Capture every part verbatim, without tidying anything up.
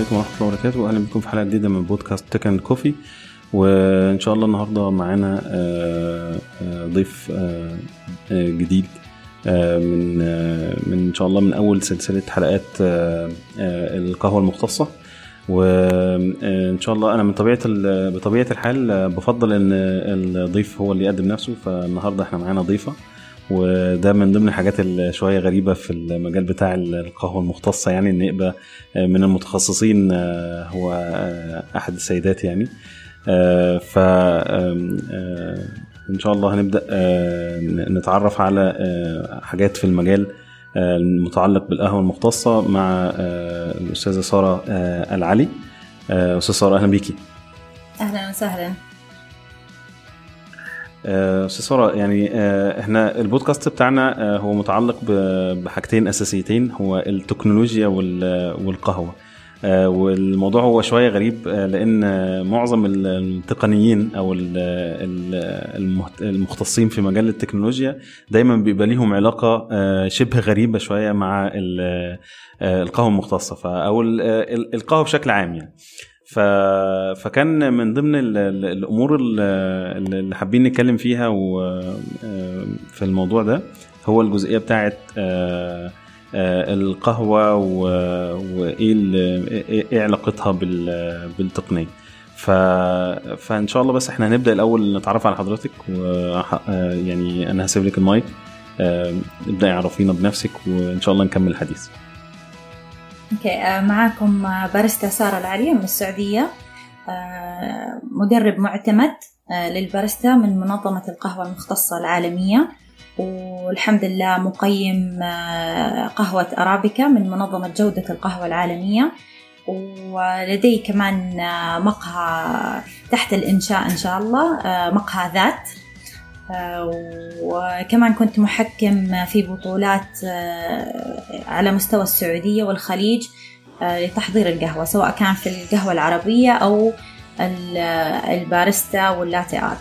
عليكم ورحمة الله وبركاته، وأهلا بكم في حلقة جديدة من بودكاست تك اند كوفي. وإن شاء الله النهاردة معانا ضيف جديد من من إن شاء الله من أول سلسلة حلقات القهوة المختصة. وإن شاء الله أنا من طبيعة بطبيعة الحال بفضل إن الضيف هو اللي يقدم نفسه، فالنهاردة إحنا معانا ضيفة، وده من ضمن الحاجات الشوية غريبة في المجال بتاع القهوة المختصة، يعني إن يبقى من المتخصصين هو أحد السيدات يعني. ف إن شاء الله هنبدأ نتعرف على حاجات في المجال المتعلق بالقهوة المختصة مع الأستاذة سارة العلي. أستاذة سارة، أهلا بيكي. أهلا وسهلا. أستاذ سارة، يعني احنا البودكاست بتاعنا هو متعلق بحاجتين أساسيتين، هو التكنولوجيا والقهوة. والموضوع هو شوية غريب لأن معظم التقنيين أو المختصين في مجال التكنولوجيا دايما بيبقى ليهم علاقة شبه غريبة شوية مع القهوة المختصة أو القهوة بشكل عام يعني. فكان من ضمن الأمور اللي حابين نتكلم فيها في الموضوع ده هو الجزئية بتاعت القهوة وإيه علاقتها بالتقنية. فإن شاء الله بس إحنا هنبدأ الأول نتعرف على حضرتك، ويعني أنا هسيب لك المايك، ابدأ يعرفينا بنفسك وإن شاء الله نكمل الحديث. اوكي، معاكم باريستا سارة العلي من السعودية، مدرب معتمد للباريستا من منظمة القهوة المختصة العالمية، والحمد لله مقيم قهوة أرابيكا من منظمة جودة القهوة العالمية، ولدي كمان مقهى تحت الإنشاء إن شاء الله، مقهى ذات، وكمان كنت محكم في بطولات على مستوى السعودية والخليج لتحضير القهوة، سواء كان في القهوة العربية أو الباريستا واللاتي آرت.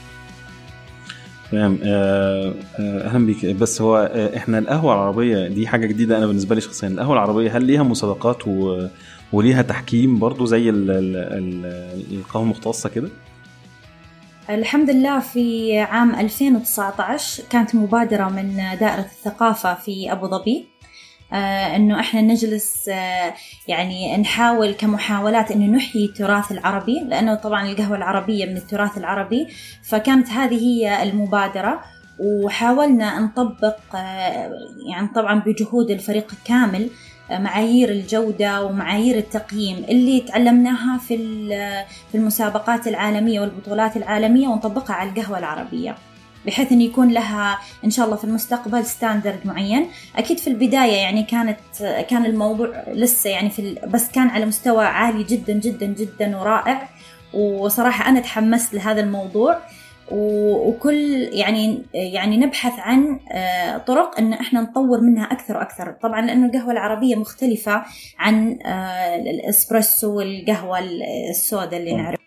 تمام، أهلا بك. بس هو إحنا القهوة العربية دي حاجة جديدة أنا بالنسبة لي شخصيا. القهوة العربية هل ليها مسابقات وليها تحكيم برضو زي القهوة المختصة كده؟ الحمد لله في عام ألفين وتسعة عشر كانت مبادرة من دائرة الثقافة في أبو ظبي، آه إنه إحنا نجلس آه يعني نحاول كمحاولات إنه نحيي التراث العربي، لأنه طبعا القهوة العربية من التراث العربي، فكانت هذه هي المبادرة. وحاولنا نطبق آه يعني طبعا بجهود الفريق كامل معايير الجودة ومعايير التقييم اللي تعلمناها في في المسابقات العالمية والبطولات العالمية، ونطبقها على القهوة العربية بحيث أن يكون لها إن شاء الله في المستقبل ستاندرد معين. أكيد في البداية يعني كانت كان الموضوع لسه يعني في بس كان على مستوى عالي جدا جدا جدا ورائع، وصراحة أنا تحمست لهذا الموضوع، وكل يعني يعني نبحث عن طرق ان احنا نطور منها اكثر واكثر، طبعا لانه القهوه العربيه مختلفه عن الاسبريسو والقهوه السوداء اللي نعرف،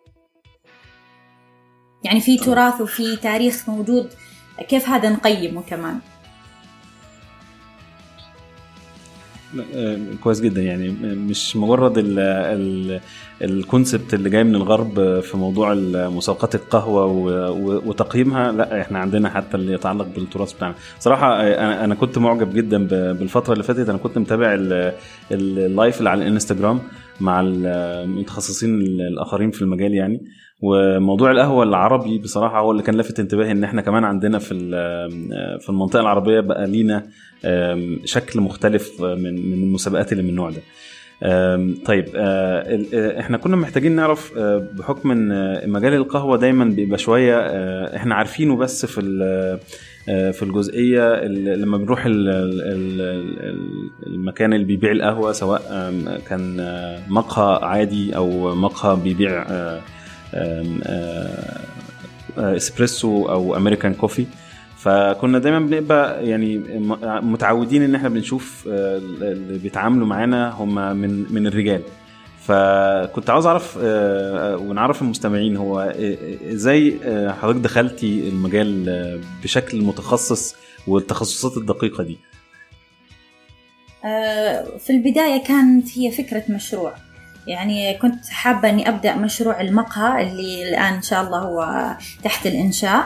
يعني في تراث وفي تاريخ موجود، كيف هذا نقيمه كمان. كويس جدا، يعني مش مجرد ال ال الكونسبت اللي جاي من الغرب في موضوع مسابقات القهوة وتقييمها، لا احنا عندنا حتى اللي يتعلق بالتراث بتاعنا. صراحة انا كنت معجب جدا بالفترة اللي فاتت. انا كنت متابع اللايف اللي على الانستجرام مع المتخصصين الاخرين في المجال يعني، وموضوع القهوة العربي بصراحة هو اللي كان لفت انتباهي، ان احنا كمان عندنا في في المنطقة العربية بقى لينا شكل مختلف من من المسابقات اللي من النوع ده. طيب، احنا كنا محتاجين نعرف بحكم ان مجال القهوة دايما بيبقى شوية احنا عارفينه بس في في الجزئية لما بنروح المكان اللي بيبيع القهوة، سواء كان مقهى عادي او مقهى بيبيع اسبريسو او امريكان كوفي، فكنا دايما بنبقى يعني متعودين ان احنا بنشوف اللي بيتعاملوا معانا هم من من الرجال. فكنت عاوز اعرف ونعرف المستمعين هو ازاي حضرتك دخلتي المجال بشكل متخصص والتخصصات الدقيقة دي. في البداية كانت هي فكرة مشروع، يعني كنت حابة أني أبدأ مشروع المقهى اللي الآن إن شاء الله هو تحت الإنشاء.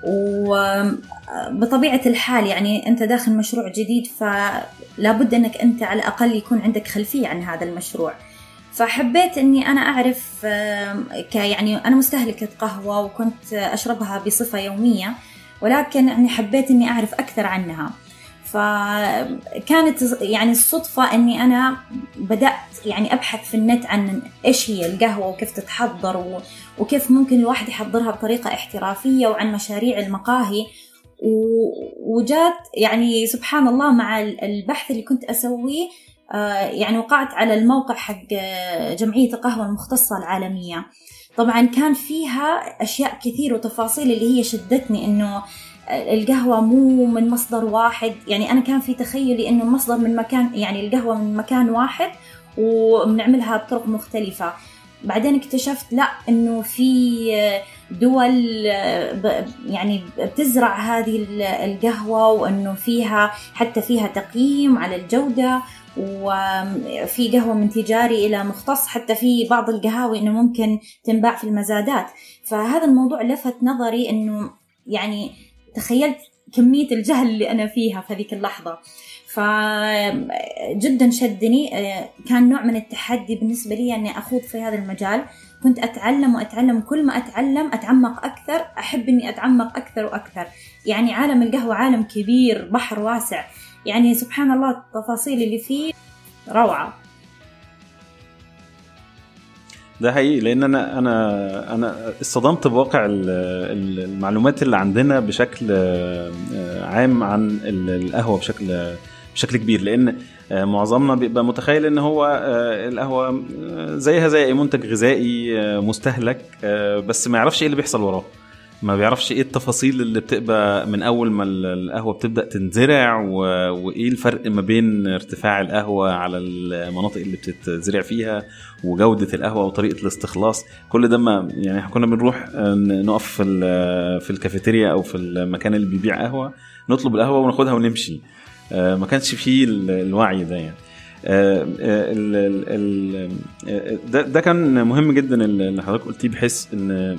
وبطبيعة الحال يعني أنت داخل مشروع جديد، فلا بد أنك أنت على الأقل يكون عندك خلفية عن هذا المشروع. فحبيت أني أنا أعرف يعني أنا مستهلكة قهوة وكنت أشربها بصفة يومية، ولكن يعني حبيت أني أعرف أكثر عنها. فكانت يعني الصدفة أني أنا بدأت يعني أبحث في النت عن إيش هي القهوة وكيف تتحضر وكيف ممكن الواحد يحضرها بطريقة احترافية، وعن مشاريع المقاهي. وجات يعني سبحان الله مع البحث اللي كنت أسويه يعني وقعت على الموقع حق جمعية القهوة المختصة العالمية. طبعا كان فيها أشياء كثير وتفاصيل اللي هي شدتني، إنه القهوة مو من مصدر واحد. يعني أنا كان في تخيلي إنه مصدر من مكان، يعني القهوة من مكان واحد وبنعملها بطرق مختلفة. بعدين اكتشفت لا، إنه في دول يعني بتزرع هذه القهوة، وإنه فيها حتى فيها تقييم على الجودة، وفي قهوة من تجاري إلى مختص، حتى في بعض القهاوي إنه ممكن تنباع في المزادات. فهذا الموضوع لفت نظري، إنه يعني تخيلت كمية الجهل اللي أنا فيها في هذيك اللحظة، فجدا شدني. كان نوع من التحدي بالنسبة لي أني أخوض في هذا المجال. كنت أتعلم وأتعلم، كل ما أتعلم أتعمق أكثر، أحب أني أتعمق أكثر وأكثر. يعني عالم القهوة عالم كبير، بحر واسع، يعني سبحان الله التفاصيل اللي فيه روعة. ده حقيقي، لان انا انا انا اصطدمت بواقع المعلومات اللي عندنا بشكل عام عن القهوه بشكل بشكل كبير، لان معظمنا بيبقى متخيل ان هو القهوه زيها زي اي منتج غذائي مستهلك، بس ما يعرفش ايه اللي بيحصل وراه، ما بيعرفش ايه التفاصيل اللي بتبقى من اول ما القهوه بتبدا تنزرع، وايه الفرق ما بين ارتفاع القهوه على المناطق اللي بتتزرع فيها، وجوده القهوه وطريقه الاستخلاص. كل ده ما يعني احنا كنا بنروح نقف في في الكافيتيريا او في المكان اللي بيبيع قهوه، نطلب القهوه وناخدها ونمشي. ما كانش فيه الوعي ده يعني. ده ده كان مهم جدا اللي حضرتك قلتيه، بحيث ان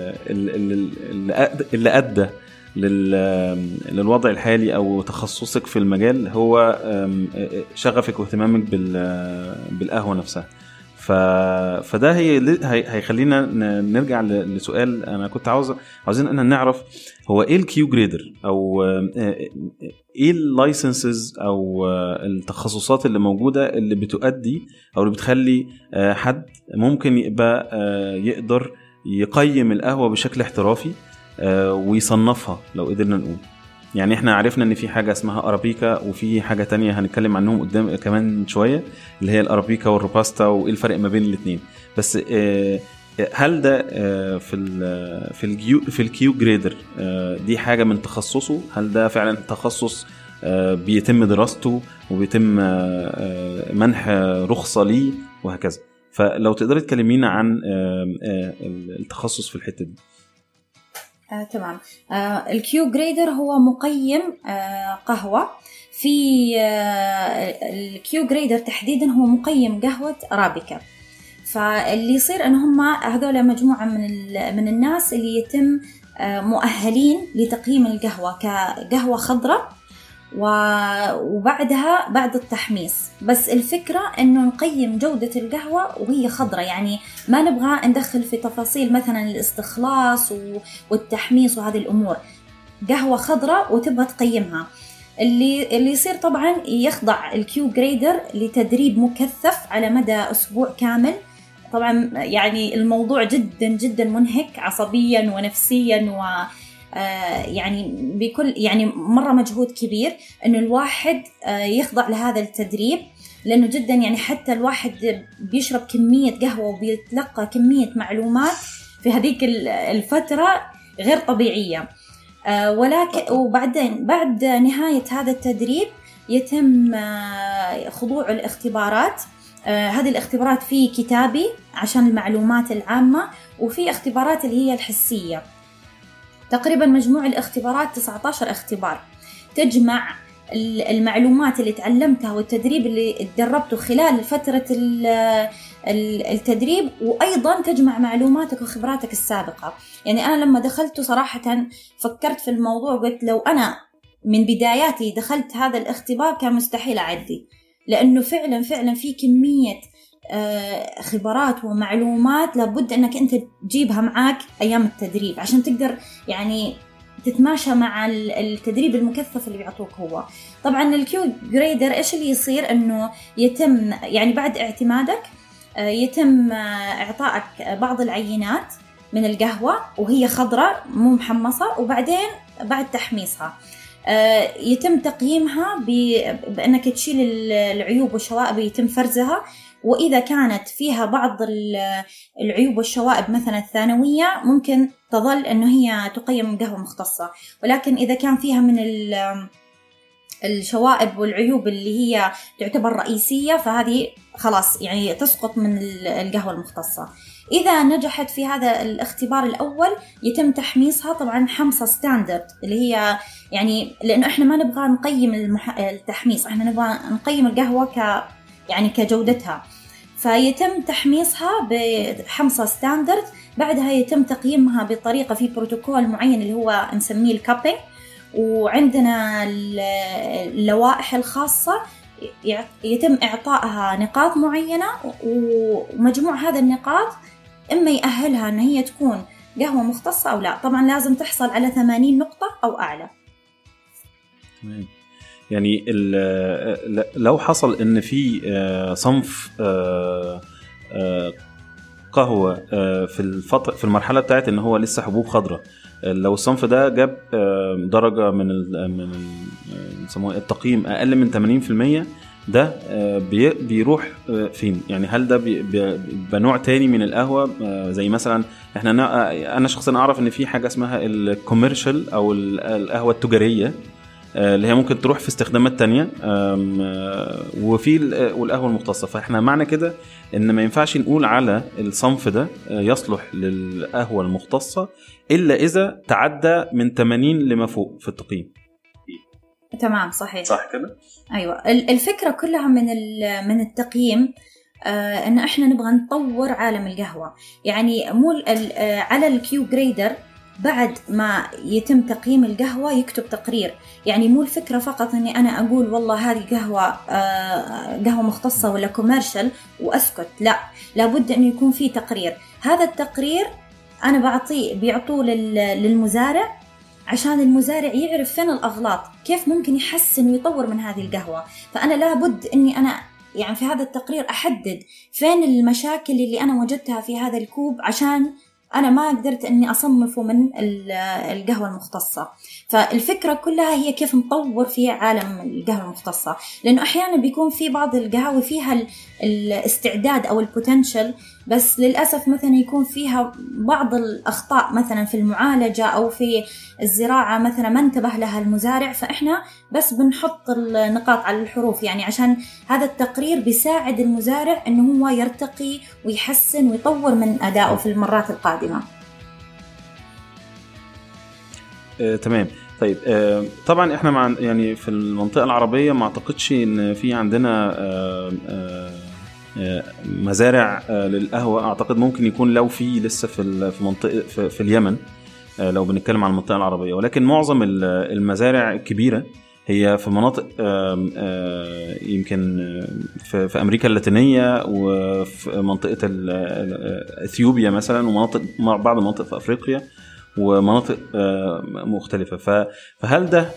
اللي ادى للوضع الحالي او تخصصك في المجال هو شغفك واهتمامك بالقهوه نفسها. فده هي هيخلينا نرجع لسؤال انا كنت عاوز عاوزين ان نعرف هو ايه الكيو جريدر، او ايه اللايسنسز او التخصصات اللي موجوده اللي بتؤدي او اللي بتخلي حد ممكن يبقى يقدر يقيم القهوه بشكل احترافي ويصنفها لو قدرنا نقول. يعني احنا عرفنا ان في حاجه اسمها ارابيكا، وفي حاجه تانية هنتكلم عنهم قدام كمان شويه اللي هي الارابيكا والروباستا، وايه الفرق ما بين الاثنين. بس هل ده في ال في الكيو في الكيو جريدر دي حاجه من تخصصه؟ هل ده فعلا تخصص بيتم دراسته وبيتم منح رخصه ليه وهكذا؟ فلو تقدري تكلمينا عن التخصص في الحته دي. آه، تمام. آه، الكيو جريدر هو مقيم آه، قهوة. في آه، الكيو جريدر تحديدا هو مقيم قهوة أرابيكا. فاللي يصير أن هم هذول مجموعة من من الناس اللي يتم آه، مؤهلين لتقييم القهوة كقهوة خضراء، وبعدها بعد التحميص. بس الفكرة أنه نقيم جودة القهوة وهي خضرة، يعني ما نبغى ندخل في تفاصيل مثلا الاستخلاص والتحميص وهذه الأمور. قهوة خضرة وتبغى تقيمها. اللي اللي يصير طبعا يخضع الكيو جريدر لتدريب مكثف على مدى أسبوع كامل. طبعا يعني الموضوع جدا جدا منهك عصبيا ونفسيا، و يعني بكل يعني مرة مجهود كبير إنه الواحد يخضع لهذا التدريب، لأنه جدا يعني حتى الواحد بيشرب كمية قهوة وبيتلقى كمية معلومات في هذيك الفترة غير طبيعية. ولكن وبعدين بعد نهاية هذا التدريب يتم خضوع الاختبارات. هذه الاختبارات في كتابي عشان المعلومات العامة، وفي اختبارات اللي هي الحسية. تقريبا مجموع الاختبارات تسعة عشر اختبار تجمع المعلومات اللي تعلمتها والتدريب اللي تدربته خلال فترة التدريب، وأيضا تجمع معلوماتك وخبراتك السابقة. يعني أنا لما دخلت صراحة فكرت في الموضوع وقلت لو أنا من بداياتي دخلت هذا الاختبار كان مستحيل أعدي، لأنه فعلا فعلا في كمية خبرات ومعلومات لابد أنك أنت تجيبها معاك أيام التدريب عشان تقدر يعني تتماشى مع التدريب المكثف اللي بيعطوك هو. طبعا الكيو جريدر إيش اللي يصير أنه يتم يعني بعد اعتمادك يتم إعطائك بعض العينات من القهوة وهي خضراء مو محمصة، وبعدين بعد تحميصها يتم تقييمها بأنك تشيل العيوب والشوائب، يتم فرزها، وإذا كانت فيها بعض العيوب والشوائب مثلا الثانوية ممكن تظل أنه هي تقيم قهوة مختصة، ولكن إذا كان فيها من الشوائب والعيوب اللي هي تعتبر رئيسية فهذه خلاص يعني تسقط من القهوة المختصة. إذا نجحت في هذا الاختبار الأول يتم تحميصها، طبعا حمصة ستاندرد اللي هي يعني لأنه إحنا ما نبغى نقيم المح... التحميص، إحنا نبغى نقيم القهوة ك يعني كجودتها، فيتم تحميصها بحمصة ستاندرد. بعدها يتم تقييمها بطريقة في بروتوكول معين اللي هو نسميه الكابينج، وعندنا اللوائح الخاصة يتم إعطائها نقاط معينة، ومجموع هذا النقاط إما يأهلها أن هي تكون قهوة مختصة أو لا. طبعا لازم تحصل على ثمانين نقطة أو أعلى. يعني لو حصل إن في صنف قهوة في الفترة في المرحلة بتاعت إن هو لسه حبوب خضراء، لو الصنف ده جاب درجة من من يسموه التقييم أقل من ثمانين بالمية، ده بيروح فين؟ يعني هل ده بنوع تاني من القهوة؟ زي مثلا احنا أنا شخصيا أعرف إن في حاجة اسمها الكوميرشال أو القهوة التجارية اللي هي ممكن تروح في استخدامات تانية، وفي والقهوة المختصة. فاحنا معنى كده ان ما ينفعش نقول على الصنف ده يصلح للقهوة المختصة الا اذا تعدى من ثمانين لما فوق في التقييم. تمام، صحيح، صح كده. ايوه، الفكرة كلها من من التقييم آه ان احنا نبغى نطور عالم القهوة. يعني مو آه على الكيو جريدر بعد ما يتم تقييم القهوة يكتب تقرير. يعني مو الفكرة فقط أني أنا أقول والله هذه قهوة آه قهوة مختصة ولا كوميرشال وأسكت، لا، لابد أن يكون في تقرير. هذا التقرير أنا بعطيه بيعطوه للمزارع عشان المزارع يعرف فين الأغلاط، كيف ممكن يحسن ويطور من هذه القهوة. فأنا لابد أني أنا يعني في هذا التقرير أحدد فين المشاكل اللي أنا وجدتها في هذا الكوب عشان أنا ما قدرت أني أصنفه من القهوة المختصة. فالفكرة كلها هي كيف نطور في عالم القهوة المختصة، لأنه أحيانا بيكون في بعض القهاوي فيها الاستعداد أو البوتنشل، بس للأسف مثلا يكون فيها بعض الأخطاء مثلا في المعالجة أو في الزراعة مثلا ما انتبه لها المزارع، فإحنا بس بنحط النقاط على الحروف، يعني عشان هذا التقرير بيساعد المزارع أنه هو يرتقي ويحسن ويطور من أدائه في المرات القادمة. آه، تمام. طيب آه، طبعا احنا مع يعني في المنطقة العربية ما اعتقدش ان في عندنا آه، آه، مزارع للقهوة. اعتقد ممكن يكون لو في لسه في في منطقة في, في اليمن لو بنتكلم عن المنطقة العربية، ولكن معظم المزارع الكبيرة هي في مناطق يمكن في امريكا اللاتينية وفي منطقة اثيوبيا مثلا، ومناطق بعض المناطق في افريقيا ومناطق مختلفة. فهل ده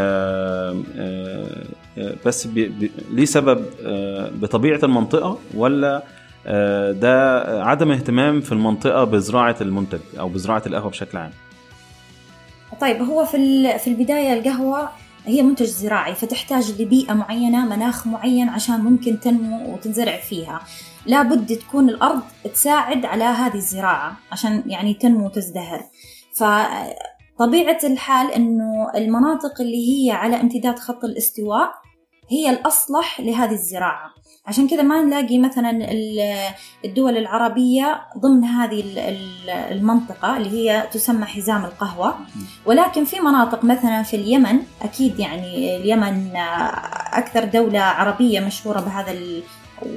بس ليه سبب بطبيعة المنطقة، ولا ده عدم اهتمام في المنطقة بزراعة المنتج أو بزراعة القهوة بشكل عام؟ طيب، هو في في البداية القهوة هي منتج زراعي، فتحتاج لبيئة معينة، مناخ معين عشان ممكن تنمو وتنزرع فيها. لابد تكون الأرض تساعد على هذه الزراعة عشان يعني تنمو وتزدهر. فطبيعة الحال أنه المناطق اللي هي على امتداد خط الاستواء هي الأصلح لهذه الزراعة. عشان كذا ما نلاقي مثلا الدول العربية ضمن هذه المنطقة اللي هي تسمى حزام القهوة، ولكن في مناطق مثلا في اليمن، أكيد يعني اليمن أكثر دولة عربية مشهورة بهذا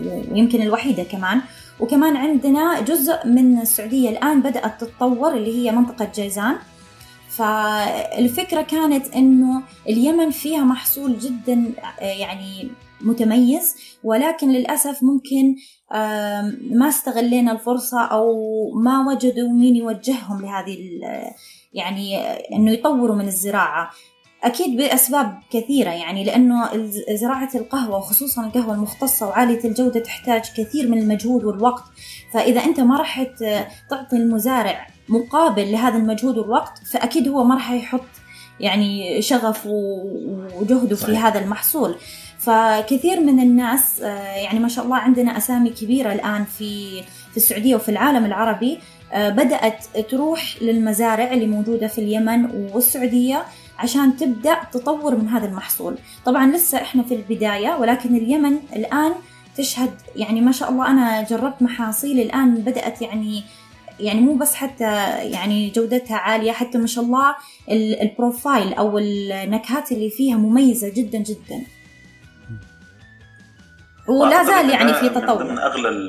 ويمكن الوحيدة كمان. وكمان عندنا جزء من السعودية الآن بدأت تتطور اللي هي منطقة جيزان. فالفكرة كانت إنه اليمن فيها محصول جدا يعني متميز، ولكن للأسف ممكن ما استغلينا الفرصة أو ما وجدوا مين يوجههم لهذه يعني إنه يطوروا من الزراعة. أكيد بأسباب كثيرة، يعني لأنه زراعة القهوة وخصوصا القهوة المختصة وعالية الجودة تحتاج كثير من المجهود والوقت. فإذا أنت ما راح تعطي المزارع مقابل لهذا المجهود والوقت، فأكيد هو ما راح يحط يعني شغف وجهده في هذا المحصول. فكثير من الناس يعني ما شاء الله عندنا أسامي كبيرة الآن في في السعودية وفي العالم العربي بدأت تروح للمزارع اللي موجودة في اليمن والسعودية عشان تبدأ تطور من هذا المحصول. طبعا لسه إحنا في البداية، ولكن اليمن الآن تشهد يعني ما شاء الله. أنا جربت محاصيل الآن بدأت يعني يعني مو بس حتى يعني جودتها عالية، حتى ما شاء الله البروفايل أو النكهات اللي فيها مميزة جدا جدا، ولا زال يعني في تطور. من أغلى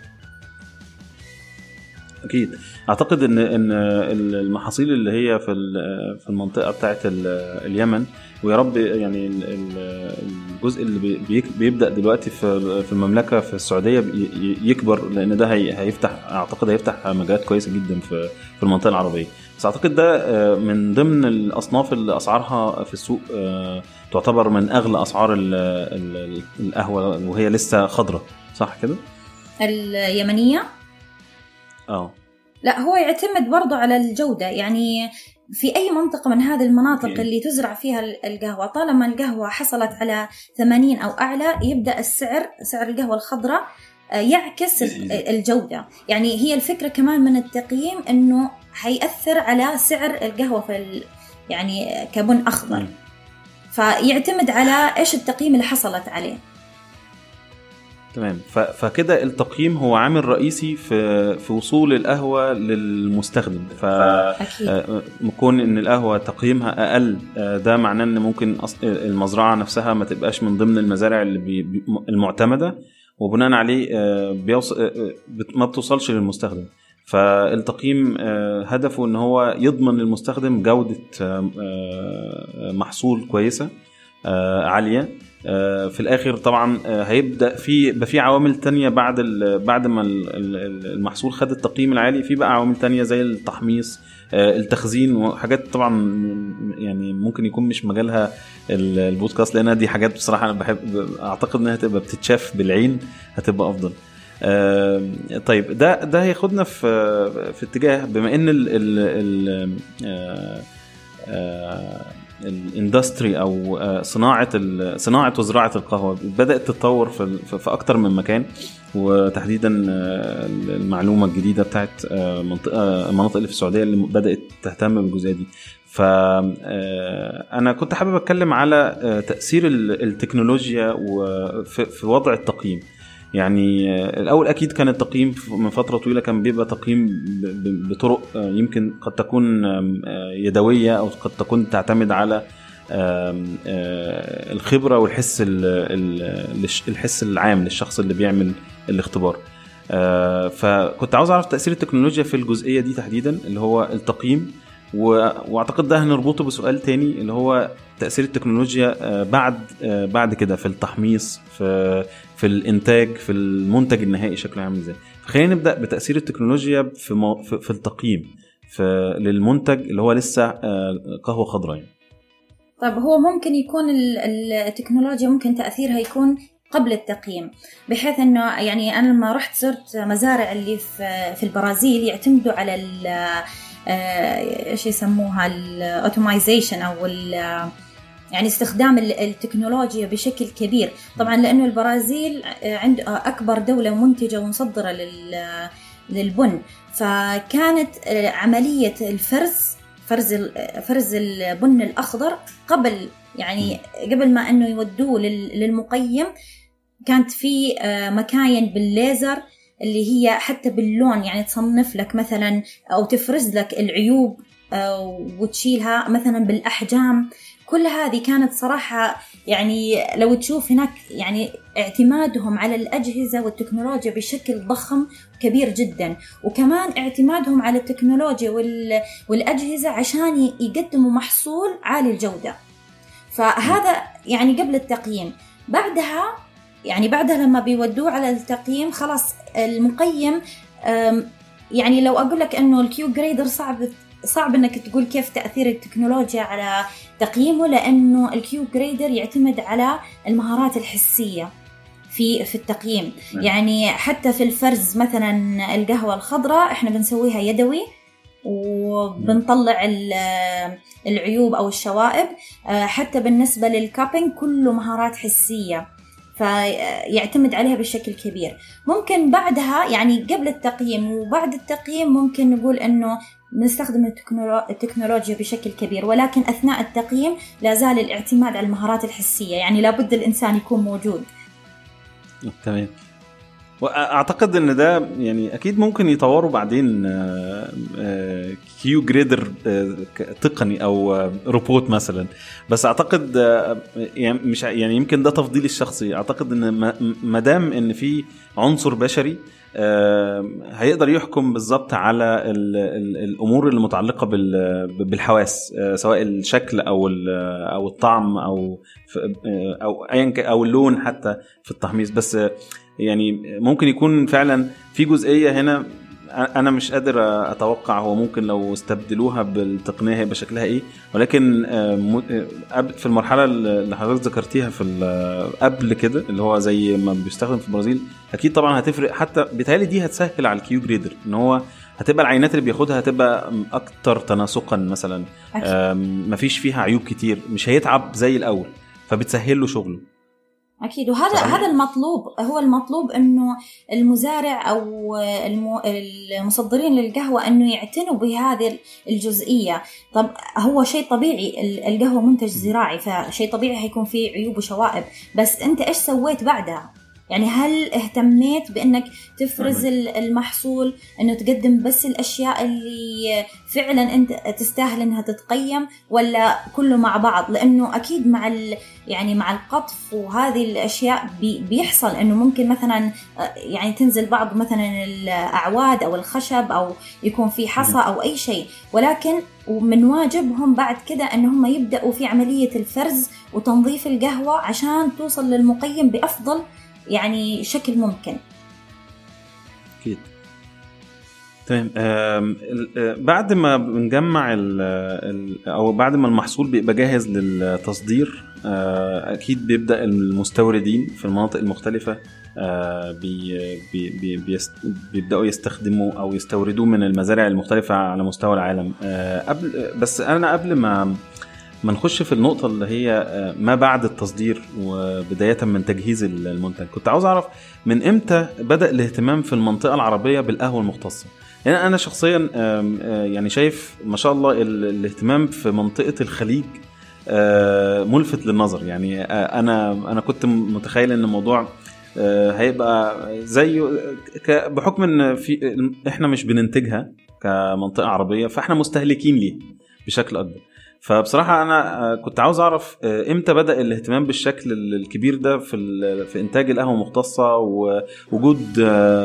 أكيد أعتقد إن إن المحاصيل اللي هي في في المنطقة بتاعت اليمن، ويا رب يعني الجزء اللي بيبدأ دلوقتي في في المملكة في السعودية يكبر، لأن ده هيفتح أعتقد هيفتح مجالات كويسة جدا في في المنطقة العربية. بس أعتقد ده من ضمن الأصناف اللي أسعارها في السوق تعتبر من أغلى أسعار القهوة وهي لسه خضرة، صح كده؟ اليمنية؟ آه لا، هو يعتمد برضو على الجودة. يعني في أي منطقة من هذه المناطق okay. اللي تزرع فيها القهوة، طالما القهوة حصلت على ثمانين أو أعلى، يبدأ السعر سعر القهوة الخضراء يعكس الجودة. يعني هي الفكرة كمان من التقييم أنه هيأثر على سعر القهوة في يعني كبن أخضر mm. فيعتمد على إيش التقييم اللي حصلت عليه. تمام. فكده التقييم هو عامل رئيسي في في وصول القهوة للمستخدم. فمكون ان القهوة تقييمها اقل، ده معناه ان ممكن المزرعة نفسها ما تبقاش من ضمن المزارع اللي المعتمدة، وبناء عليه ما بتوصلش للمستخدم. فالتقييم هدفه ان هو يضمن للمستخدم جودة محصول كويسة عالية. في الآخر طبعا هيبدأ في بقى في عوامل تانية بعد بعد ما المحصول خد التقييم العالي، في بقى عوامل تانية زي التحميص، التخزين، وحاجات طبعا يعني ممكن يكون مش مجالها البودكاست، لأنها دي حاجات بصراحة أنا بحب أعتقد إنها تبقى بتتشاف بالعين هتبقى أفضل. طيب ده ده هياخدنا في في اتجاه، بما إن ال ال ال الاندستري او صناعه صناعه وزراعه القهوه بدات تتطور في في اكتر من مكان، وتحديدا المعلومه الجديده بتاعت منطقه المناطق اللي في السعوديه اللي بدات تهتم بالجزئيه دي. فانا كنت حابب اتكلم على تاثير التكنولوجيا في وضع التقييم. يعني الأول أكيد كان التقييم من فترة طويلة كان بيبقى تقييم بطرق يمكن قد تكون يدوية أو قد تكون تعتمد على الخبرة والحس الحس العام للشخص اللي بيعمل الاختبار. فكنت عاوز أعرف تأثير التكنولوجيا في الجزئية دي تحديدا اللي هو التقييم، واعتقد ده هنربطه بسؤال تاني اللي هو تأثير التكنولوجيا بعد بعد كده في التحميص، في في الانتاج، في المنتج النهائي شكله عامل ازاي. خلينا نبدا بتأثير التكنولوجيا في مو في, في التقييم في للمنتج اللي هو لسه قهوة خضراء. طيب هو ممكن يكون التكنولوجيا ممكن تأثيرها يكون قبل التقييم، بحيث انه يعني انا لما رحت زرت مزارع اللي في في البرازيل يعتمدوا على ايش يسموها الاوتومايزيشن او يعني استخدام التكنولوجيا بشكل كبير. طبعا لانه البرازيل عند اكبر دولة منتجة ومصدرة للبن، فكانت عملية الفرز فرز فرز البن الاخضر قبل يعني قبل ما انه يودوه للمقيم كانت في مكاين بالليزر اللي هي حتى باللون يعني تصنف لك مثلا أو تفرز لك العيوب وتشيلها مثلا بالأحجام. كل هذه كانت صراحة يعني لو تشوف هناك يعني اعتمادهم على الأجهزة والتكنولوجيا بشكل ضخم كبير جدا، وكمان اعتمادهم على التكنولوجيا والأجهزة عشان يقدموا محصول عالي الجودة. فهذا يعني قبل التقييم. بعدها يعني بعدها لما بيودوه على التقييم خلاص المقيم، يعني لو أقول لك أنه الكيو جريدر صعب صعب أنك تقول كيف تأثير التكنولوجيا على تقييمه، لأنه الكيو جريدر يعتمد على المهارات الحسية في في التقييم. يعني حتى في الفرز مثلا القهوة الخضراء إحنا بنسويها يدوي وبنطلع العيوب أو الشوائب. حتى بالنسبة للكابينج كله مهارات حسية، فيعتمد عليها بشكل كبير. ممكن بعدها يعني قبل التقييم وبعد التقييم ممكن نقول أنه نستخدم التكنولوجيا بشكل كبير، ولكن أثناء التقييم لا زال الاعتماد على المهارات الحسية، يعني لابد الإنسان يكون موجود. تمام. واعتقد ان ده يعني اكيد ممكن يطوروا بعدين كيو جريدر تقني او روبوت مثلا، بس اعتقد يعني مش يعني يمكن ده تفضيلي الشخصي، اعتقد ان ما دام ان في عنصر بشري هيقدر يحكم بالضبط على الامور اللي متعلقه بالحواس، سواء الشكل او او الطعم او او ايا او اللون حتى في التحميص. بس يعني ممكن يكون فعلا في جزئيه هنا انا مش قادر اتوقع هو ممكن لو استبدلوها بالتقنيه هيبقى شكلها ايه، ولكن في المرحله اللي حضرتك ذكرتيها في قبل كده اللي هو زي ما بيستخدم في البرازيل، اكيد طبعا هتفرق. حتى بيتهيألي دي هتسهل على الكيو جريدر ان هو هتبقى العينات اللي بياخدها هتبقى اكتر تناسقا مثلا، مفيش فيها عيوب كتير، مش هيتعب زي الاول، فبتسهل له شغله. أكيد. وهذا صحيح. هذا المطلوب، هو المطلوب إنه المزارع أو المصدرين للقهوة إنه يعتنوا بهذه الجزئية. طب هو شيء طبيعي، القهوة منتج زراعي، فشيء طبيعي هيكون فيه عيوب وشوائب، بس أنت إيش سويت بعدها؟ يعني هل اهتميت بأنك تفرز المحصول، أنه تقدم بس الأشياء اللي فعلا أنت تستاهل أنها تتقيم، ولا كله مع بعض؟ لأنه أكيد مع يعني مع القطف وهذه الأشياء بي بيحصل أنه ممكن مثلا يعني تنزل بعض مثلا الأعواد أو الخشب أو يكون في حصى أو أي شيء، ولكن ومن واجبهم بعد كده أنهم يبدأوا في عملية الفرز وتنظيف القهوة عشان توصل للمقيم بأفضل يعني شكل ممكن. أكيد. تمام. بعد ما بنجمع أو بعد ما المحصول بيبقى جاهز للتصدير، أكيد بيبدأ المستوردين في المناطق المختلفة بي بي بي بيبدأوا يستخدموا أو يستوردوا من المزارع المختلفة على مستوى العالم. قبل بس أنا قبل ما ما نخش في النقطة اللي هي ما بعد التصدير وبداية من تجهيز المنتج، كنت عاوز أعرف من إمتى بدأ الاهتمام في المنطقة العربية بالقهوة المختصة؟ يعني أنا شخصيا يعني شايف ما شاء الله الاهتمام في منطقة الخليج ملفت للنظر. يعني أنا أنا كنت متخيل إن الموضوع هيبقى زي بحكم إن في إحنا مش بننتجها كمنطقة عربية، فإحنا مستهلكين ليه بشكل أكبر. فبصراحة أنا كنت عاوز أعرف إمتى بدأ الاهتمام بالشكل الكبير ده في في إنتاج القهوة المختصة، ووجود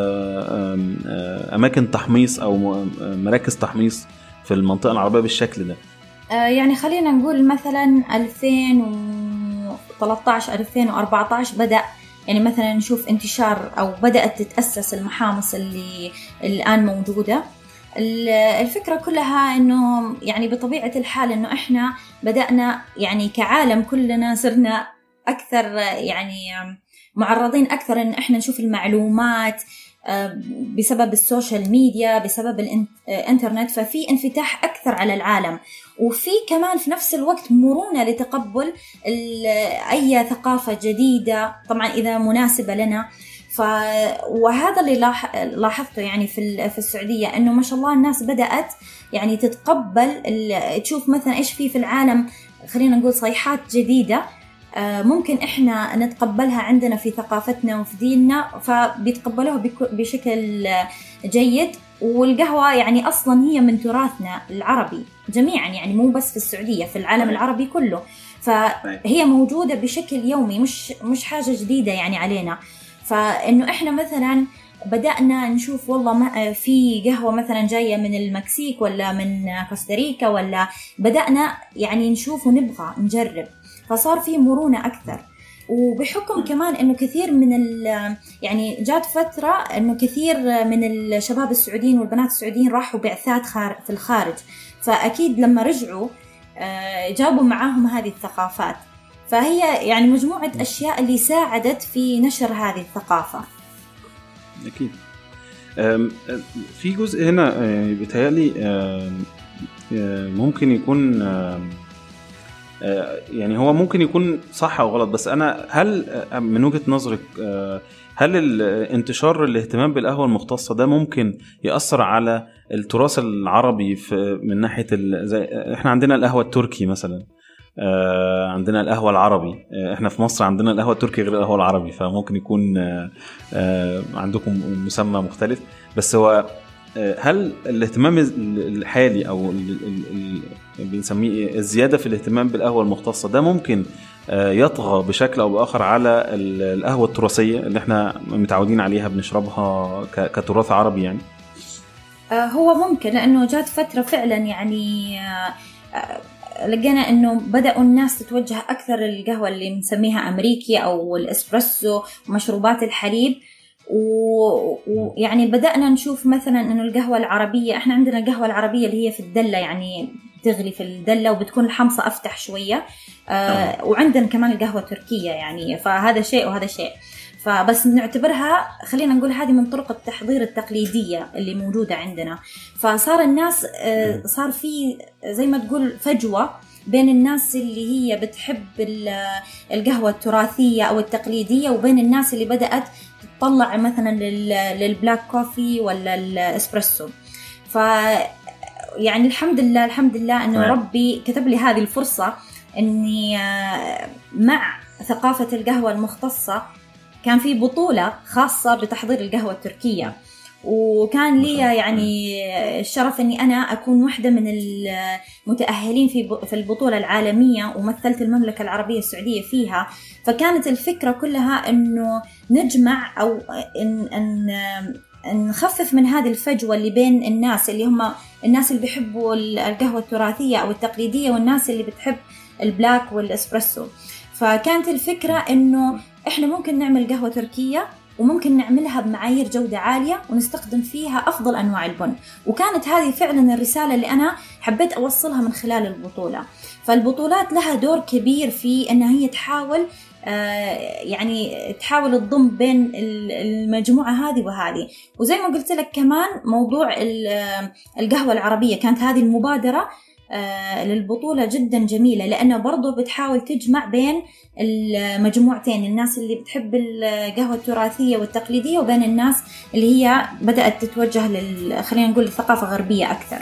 أماكن تحميص أو مراكز تحميص في المنطقة العربية بالشكل ده. يعني خلينا نقول مثلا ألفين وثلاثة عشر ألفين وأربعة عشر بدأ يعني مثلا نشوف انتشار أو بدأت تتأسس المحامص اللي الآن موجودة. الفكرة كلها إنه يعني بطبيعة الحال إنه إحنا بدأنا يعني كعالم كلنا صرنا أكثر يعني معرضين أكثر إن إحنا نشوف المعلومات بسبب السوشيال ميديا، بسبب الإنترنت، ففي انفتاح أكثر على العالم، وفي كمان في نفس الوقت مرونة لتقبل أي ثقافة جديدة طبعا إذا مناسبة لنا. ف وهذا اللي لاح... لاحظته يعني في في السعودية، إنه ما شاء الله الناس بدأت يعني تتقبل ال... تشوف مثلا إيش في في العالم، خلينا نقول صيحات جديدة ممكن إحنا نتقبلها عندنا في ثقافتنا وفي ديننا، فبيتقبلوها بك... بشكل جيد. والقهوة يعني أصلا هي من تراثنا العربي جميعا، يعني مو بس في السعودية، في العالم العربي كله. فهي موجودة بشكل يومي، مش مش حاجة جديدة يعني علينا. فإنه إحنا مثلا بدأنا نشوف والله ما في قهوة مثلا جاية من المكسيك ولا من كوستاريكا، ولا بدأنا يعني نشوف ونبغى نجرب، فصار في مرونة أكثر. وبحكم كمان إنه كثير من ال يعني جات فترة إنه كثير من الشباب السعوديين والبنات السعوديين راحوا بعثات في الخارج، فأكيد لما رجعوا جابوا معاهم هذه الثقافات، فهي يعني مجموعة أشياء اللي ساعدت في نشر هذه الثقافة. أكيد. في جزء هنا بيتهيألي ممكن يكون يعني هو ممكن يكون صح أو غلط، بس أنا هل من وجهة نظرك هل الانتشار الاهتمام بالقهوة المختصة ده ممكن يأثر على التراث العربي في من ناحية زي احنا عندنا القهوة التركي مثلا، آه عندنا القهوة العربي، آه احنا في مصر عندنا القهوة التركي غير القهوة العربي، فممكن يكون آه آه عندكم مسمى مختلف. بس هو آه هل الاهتمام الحالي او اللي بنسميه الزيادة في الاهتمام بالقهوة المختصة ده ممكن آه يطغى بشكل او باخر على القهوة التراثية اللي احنا متعودين عليها بنشربها كتراث عربي يعني؟ آه هو ممكن، لانه جات فترة فعلا يعني آه لقينا انه بدأوا الناس تتوجه اكثر للقهوة اللي بنسميها امريكي او الاسبريسو ومشروبات الحليب، ويعني بدأنا نشوف مثلا انه القهوة العربية، احنا عندنا القهوة العربية اللي هي في الدلة، يعني تغلي في الدلة وبتكون الحمصة افتح شوية، آه وعندنا كمان القهوة التركية يعني، فهذا شيء وهذا شيء. فبس نعتبرها خلينا نقول هذه من طرق التحضير التقليدية اللي موجودة عندنا. فصار الناس صار في زي ما تقول فجوة بين الناس اللي هي بتحب القهوة التراثية أو التقليدية، وبين الناس اللي بدأت تطلع مثلا للبلاك كوفي ولا الاسبريسو. ف يعني الحمد لله الحمد لله أنه ربي كتب لي هذه الفرصة إني مع ثقافة القهوة المختصة كان في بطولة خاصة بتحضير القهوة التركية، وكان لي يعني الشرف أني أنا أكون واحدة من المتأهلين في في البطولة العالمية، ومثلت المملكة العربية السعودية فيها. فكانت الفكرة كلها أنه نجمع أو إن أن نخفف من هذه الفجوة اللي بين الناس اللي هم الناس اللي بيحبوا القهوة التراثية أو التقليدية والناس اللي بتحب البلاك والإسبريسو. فكانت الفكرة إنه إحنا ممكن نعمل قهوة تركية وممكن نعملها بمعايير جودة عالية ونستخدم فيها أفضل أنواع البن، وكانت هذه فعلا الرسالة اللي أنا حبيت أوصلها من خلال البطولة. فالبطولات لها دور كبير في أنها هي تحاول آه يعني تحاول تضم بين المجموعة هذه وهذه. وزي ما قلت لك كمان موضوع القهوة العربية، كانت هذه المبادرة آه للبطولة جدا جميلة، لأنها برضو بتحاول تجمع بين المجموعتين، الناس اللي بتحب القهوة التراثية والتقليدية وبين الناس اللي هي بدأت تتوجه لل خلينا نقول الثقافة الغربية أكثر.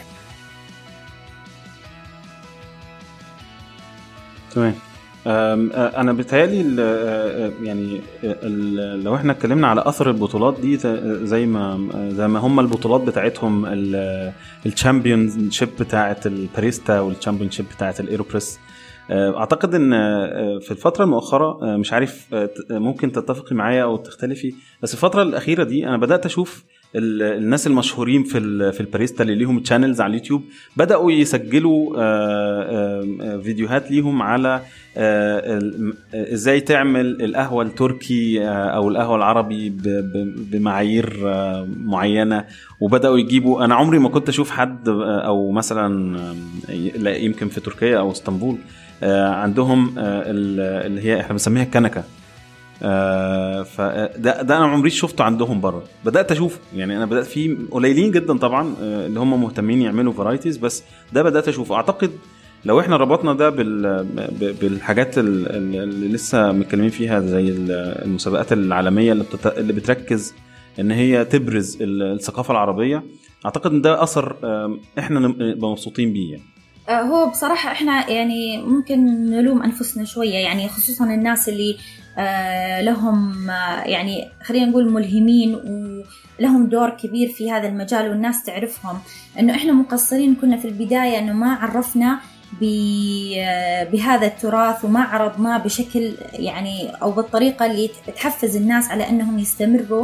تمام. أنا بتهيألي يعني لو إحنا اتكلمنا على أثر البطولات دي زي ما زي ما هم البطولات بتاعتهم الشامبيون شيب بتاعة الباريستا والشامبيون شيب بتاعة الإيروبريس، أعتقد أن في الفترة المؤخرة مش عارف ممكن تتفقي معايا أو تختلفي، بس الفترة الأخيرة دي أنا بدأت أشوف الناس المشهورين في في الباريستا اللي ليهم تشانلز على اليوتيوب بدأوا يسجلوا فيديوهات ليهم على ازاي تعمل القهوة التركي او القهوة العربي بمعايير معينة، وبدأوا يجيبوا. انا عمري ما كنت اشوف حد او مثلا يمكن في تركيا او اسطنبول عندهم اللي هي احنا بنسميها الكنكة، آه فده ده انا عمري شفته عندهم بره. بدات اشوف يعني انا بدات في قليلين جدا طبعا آه اللي هم مهتمين يعملوا فرايتيز، بس ده بدات اشوفه. اعتقد لو احنا ربطنا ده بالحاجات اللي لسه متكلمين فيها زي المسابقات العالميه اللي, بتت... اللي بتركز ان هي تبرز الثقافه العربيه، اعتقد ان ده اثر آه احنا نبقى مبسوطين بيه يعني. هو بصراحة إحنا يعني ممكن نلوم أنفسنا شوية، يعني خصوصا الناس اللي آه لهم آه يعني خلينا نقول ملهمين ولهم دور كبير في هذا المجال والناس تعرفهم، إنه إحنا مقصرين كنا في البداية إنه ما عرفنا بهذا التراث ومعرض ما بشكل يعني أو بالطريقة اللي تحفز الناس على أنهم يستمروا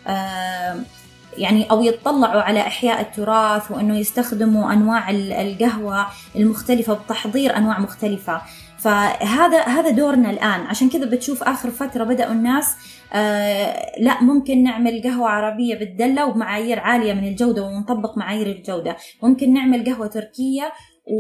يعني أو يتطلعوا على إحياء التراث، وأنه يستخدموا أنواع القهوة المختلفة وتحضير أنواع مختلفة. فهذا هذا دورنا الآن. عشان كذا بتشوف آخر فترة بدأوا الناس آه لا ممكن نعمل قهوة عربية بالدلة وبمعايير عالية من الجودة ونطبق معايير الجودة، ممكن نعمل قهوة تركية.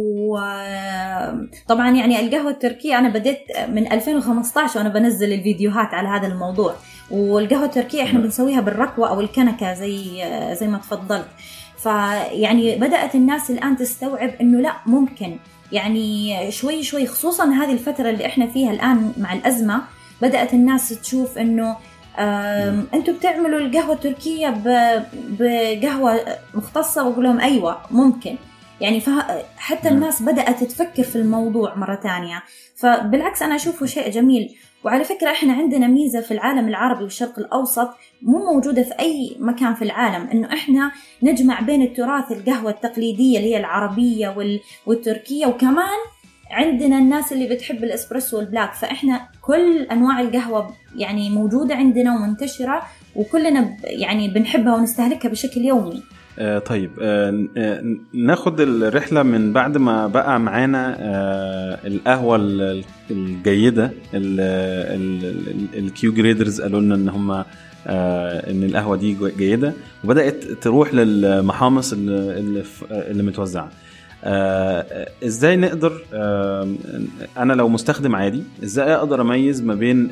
وطبعا يعني القهوة التركية أنا بديت من ألفين وخمسة عشر وأنا بنزل الفيديوهات على هذا الموضوع، والقهوة التركية إحنا بنسويها بالركوة أو الكنكة زي زي ما تفضلت. فيعني بدأت الناس الآن تستوعب إنه لا ممكن يعني شوي شوي، خصوصا هذه الفترة اللي إحنا فيها الآن مع الأزمة، بدأت الناس تشوف إنه أنتوا بتعملوا القهوة التركية بقهوة مختصة، وأقول لهم أيوة ممكن يعني. حتى الناس بدأت تفكر في الموضوع مرة تانية، فبالعكس أنا أشوفه شيء جميل. وعلى فكرة إحنا عندنا ميزة في العالم العربي والشرق الأوسط مو موجودة في أي مكان في العالم، إنه إحنا نجمع بين التراث القهوة التقليدية اللي هي العربية والتركية، وكمان عندنا الناس اللي بتحب الإسبريسو والبلاك. فإحنا كل أنواع القهوة يعني موجودة عندنا ومنتشرة، وكلنا يعني بنحبها ونستهلكها بشكل يومي. آه طيب آه آه ناخد الرحلة من بعد ما بقى معانا آه القهوة الجيدة. الكيو جريدرز قالوا لنا ان هم آه ان القهوة دي جيدة، وبدأت تروح للمحامص اللي, اللي متوزعة. آه ازاي نقدر آه انا لو مستخدم عادي ازاي اقدر اميز ما بين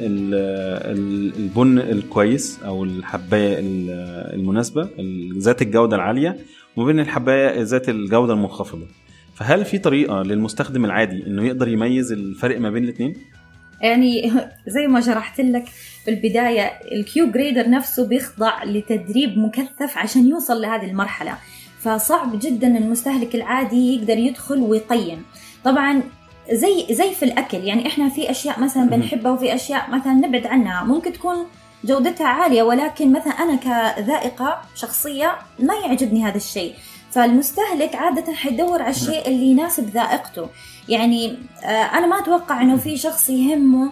البن الكويس او الحبايه المناسبه ذات الجوده العاليه وما بين الحبايه ذات الجوده المنخفضه؟ فهل في طريقه للمستخدم العادي انه يقدر يميز الفرق ما بين الاثنين؟ يعني زي ما شرحت لك في البدايه، الكيو جريدر نفسه بيخضع لتدريب مكثف عشان يوصل لهذه المرحله، فصعب جدا المستهلك العادي يقدر يدخل ويقيم. طبعا زي زي في الأكل، يعني إحنا في أشياء مثلا بنحبها وفي أشياء مثلا نبعد عنها، ممكن تكون جودتها عالية ولكن مثلا أنا كذائقة شخصية ما يعجبني هذا الشيء، فالمستهلك عادة حيدور على الشيء اللي يناسب ذائقته. يعني أنا ما أتوقع إنه في شخص يهمه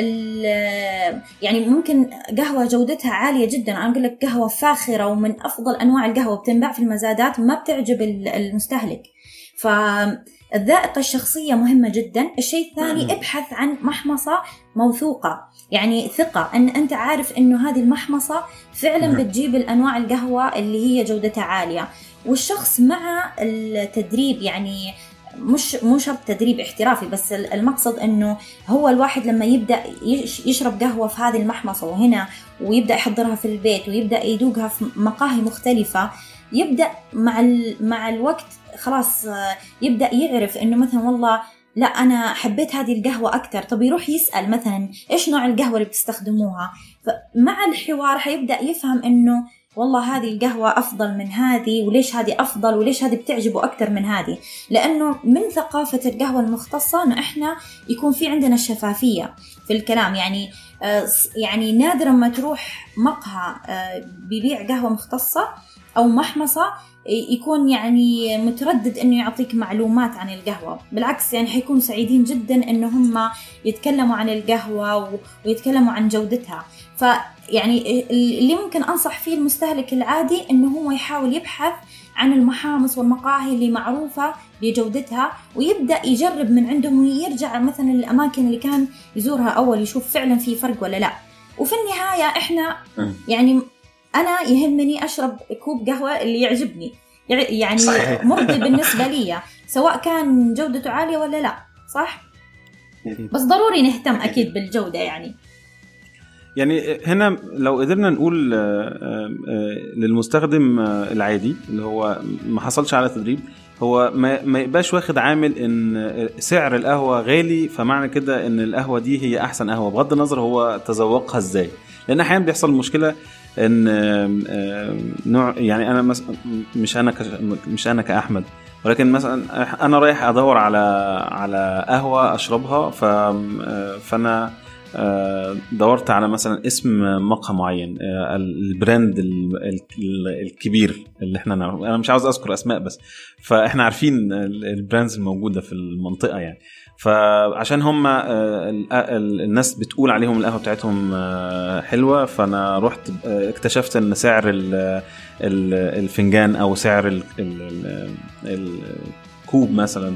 يعني ممكن قهوة جودتها عالية جدا، أنا أقول لك قهوة فاخرة ومن أفضل أنواع القهوة بتنباع في المزادات ما بتعجب المستهلك. فالذائقة الشخصية مهمة جدا. الشيء الثاني ابحث عن محمصة موثوقة، يعني ثقة أن أنت عارف أنه هذه المحمصة فعلا بتجيب الأنواع القهوة اللي هي جودتها عالية. والشخص مع التدريب يعني مش مو شرط تدريب احترافي، بس المقصد انه هو الواحد لما يبدا يشرب قهوه في هذه المحمصه وهنا ويبدا يحضرها في البيت ويبدا يذوقها في مقاهي مختلفه، يبدا مع مع الوقت خلاص يبدا يعرف انه مثلا والله لا انا حبيت هذه القهوه اكثر. طب يروح يسال مثلا ايش نوع القهوه اللي بتستخدموها، فمع الحوار حيبدا يفهم انه والله هذه القهوة أفضل من هذه، وليش هذه أفضل وليش هذه بتعجبه أكتر من هذه. لأنه من ثقافة القهوة المختصة أنه إحنا يكون في عندنا الشفافية في الكلام. يعني آه يعني نادرا ما تروح مقهى آه بيبيع قهوة مختصة أو محمصة يكون يعني متردد أنه يعطيك معلومات عن القهوة، بالعكس يعني حيكون سعيدين جدا أنه هم يتكلموا عن القهوة ويتكلموا عن جودتها. فيعني اللي ممكن أنصح فيه المستهلك العادي أنه هو يحاول يبحث عن المحامص والمقاهي اللي معروفة بجودتها ويبدأ يجرب من عندهم ويرجع مثلا للأماكن اللي كان يزورها أول يشوف فعلا في فرق ولا لا. وفي النهاية إحنا يعني أنا يهمني أشرب كوب قهوة اللي يعجبني، يعني صحيح. مرضي بالنسبة لي سواء كان جودته عالية ولا لا، صح؟ بس ضروري نهتم أكيد بالجودة. يعني يعني هنا لو قدرنا نقول للمستخدم العادي اللي هو ما حصلش على تدريب، هو ما يبقاش واخد عامل ان سعر القهوة غالي فمعنى كده ان القهوة دي هي احسن قهوة، بغض النظر هو تذوقها ازاي. لان احيانا بيحصل مشكلة ان نوع يعني انا مش انا مش انا كأحمد، ولكن مثلا انا رايح ادور على على قهوة اشربها، ف فانا دورت على مثلا اسم مقهى معين، البراند الكبير اللي احنا نعرف، انا مش عاوز اذكر اسماء بس فاحنا عارفين البراندز الموجوده في المنطقه يعني. فعشان هم الناس بتقول عليهم القهوه بتاعتهم حلوه، فانا رحت اكتشفت ان سعر الفنجان او سعر الكوب مثلا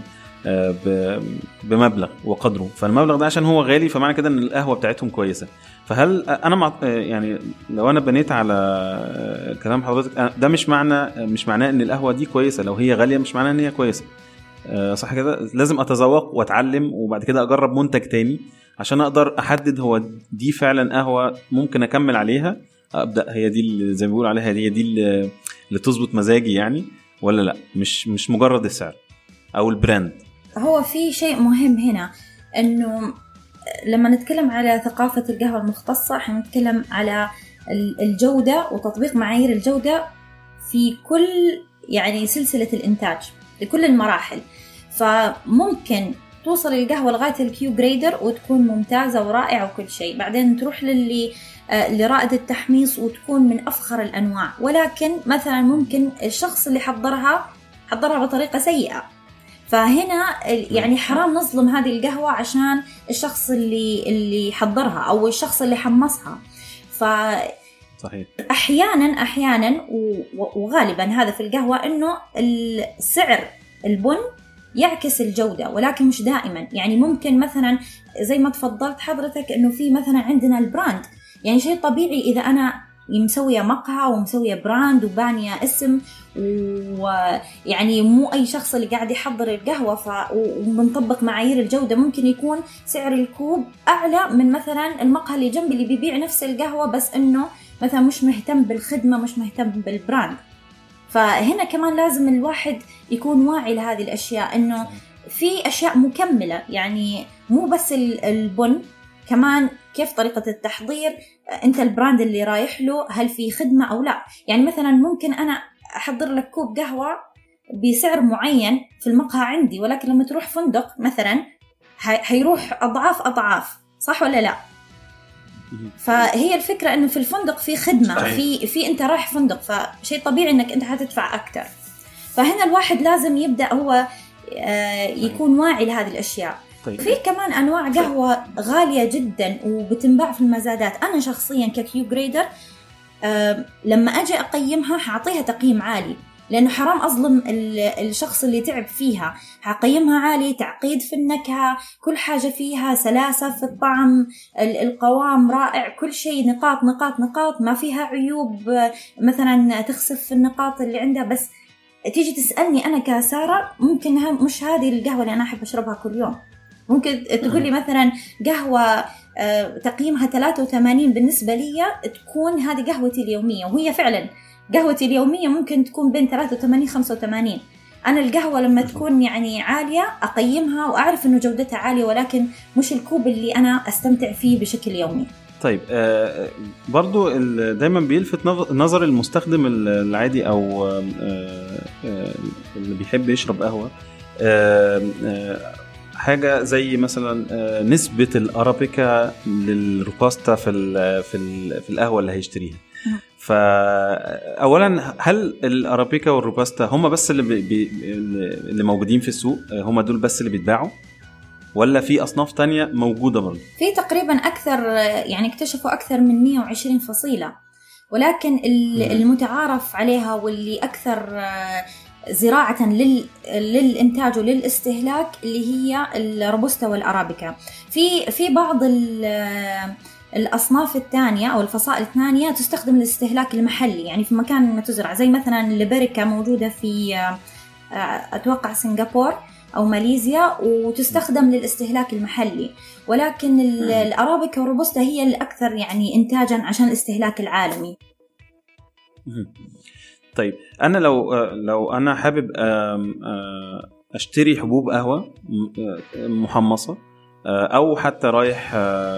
بمبلغ وقدره، فالمبلغ ده عشان هو غالي فمعنى كده ان القهوه بتاعتهم كويسه. فهل انا مع يعني لو انا بنيت على كلام حضرتك ده مش معنى مش معناه ان القهوه دي كويسه، لو هي غاليه مش معناه ان هي كويسه، صح كده؟ لازم اتذوق واتعلم وبعد كده اجرب منتج تاني عشان اقدر احدد هو دي فعلا قهوه ممكن اكمل عليها، ابدا هي دي اللي زي ما بيقول عليها دي دي اللي, اللي تظبط مزاجي يعني، ولا لا مش مش مجرد السعر او البراند. هو في شيء مهم هنا، انه لما نتكلم على ثقافه القهوه المختصه حنتكلم على الجوده وتطبيق معايير الجوده في كل يعني سلسله الانتاج لكل المراحل. فممكن توصل القهوة لغاية الكيو جريدر وتكون ممتازة ورائعة وكل شيء، بعدين تروح للي لرائد التحميص وتكون من أفخر الأنواع، ولكن مثلا ممكن الشخص اللي حضرها حضرها بطريقة سيئة، فهنا يعني حرام نظلم هذه القهوة عشان الشخص اللي اللي حضرها أو الشخص اللي حمصها. ف صحيح. أحيانا أحيانا وغالبا هذا في القهوة إنه السعر البن يعكس الجودة، ولكن مش دائما. يعني ممكن مثلا زي ما تفضلت حضرتك إنه في مثلا عندنا البراند، يعني شيء طبيعي إذا أنا مسوية مقهى ومسوية براند وبانية اسم، ويعني مو أي شخص اللي قاعد يحضر القهوة ف... ومنطبق معايير الجودة ممكن يكون سعر الكوب أعلى من مثلا المقهى اللي جنبي اللي بيبيع نفس القهوة بس إنه مثلا مش مهتم بالخدمة مش مهتم بالبراند. فهنا كمان لازم الواحد يكون واعي لهذه الأشياء، إنه في أشياء مكملة، يعني مو بس البن، كمان كيف طريقة التحضير، أنت البراند اللي رايح له هل في خدمة أو لا. يعني مثلا ممكن أنا أحضر لك كوب قهوة بسعر معين في المقهى عندي، ولكن لما تروح فندق مثلا هيروح أضعاف أضعاف، صح ولا لا؟ فهي الفكرة إنه في الفندق في خدمة، في في أنت رايح فندق فشيء طبيعي إنك أنت هتدفع أكتر. فهنا الواحد لازم يبدأ هو يكون واعي لهذه الأشياء. طيب. في كمان أنواع قهوة غالية جدا وبتنباع في المزادات. أنا شخصيا ككيو جريدر لما أجي أقيمها حأعطيها تقييم عالي، لأنه حرام أظلم الشخص اللي تعب فيها. هقيمها عالي، تعقيد في النكهة، كل حاجة فيها سلاسة في الطعم، القوام رائع، كل شيء نقاط نقاط نقاط، ما فيها عيوب مثلا تخسف في النقاط اللي عندها. بس تيجي تسألني أنا كسارة ممكن مش هذه القهوة اللي أنا أحب أشربها كل يوم. ممكن تقول لي مثلا قهوة تقييمها ثلاثة وثمانين بالنسبة لي تكون هذه قهوتي اليومية، وهي فعلا قهوتي اليومية ممكن تكون بين ثلاثة وثمانين خمسة وثمانين. أنا القهوة لما تكون يعني عالية أقيمها وأعرف إنه جودتها عالية، ولكن مش الكوب اللي أنا أستمتع فيه بشكل يومي. طيب آه برضو دايما بيلفت نظر المستخدم العادي أو آه آه اللي بيحب يشرب قهوة آه آه حاجة زي مثلا آه نسبة الأرابيكا للروباستا في ال في ال في القهوة اللي هيشتريها. فأولا هل الأرابيكا والروباستا هم بس اللي, بي اللي موجودين في السوق، هم دول بس اللي بيتباعوا، ولا في أصناف تانية موجودة برضه؟ في تقريبا أكثر، يعني اكتشفوا أكثر من مئة وعشرين فصيلة، ولكن المتعارف عليها واللي أكثر زراعة للإنتاج وللاستهلاك اللي هي الروبوستا والأرابيكا. في في بعض الأصناف الثانية أو الفصائل الثانية تستخدم للاستهلاك المحلي، يعني في مكان ما تزرع، زي مثلا الليبريكا موجودة في أتوقع سنغافورة أو ماليزيا وتستخدم للاستهلاك المحلي، ولكن الأرابيكا والروبوستا هي الأكثر يعني إنتاجا عشان الاستهلاك العالمي. طيب أنا لو لو أنا حابب أشتري حبوب قهوة محمصة أو حتى رايح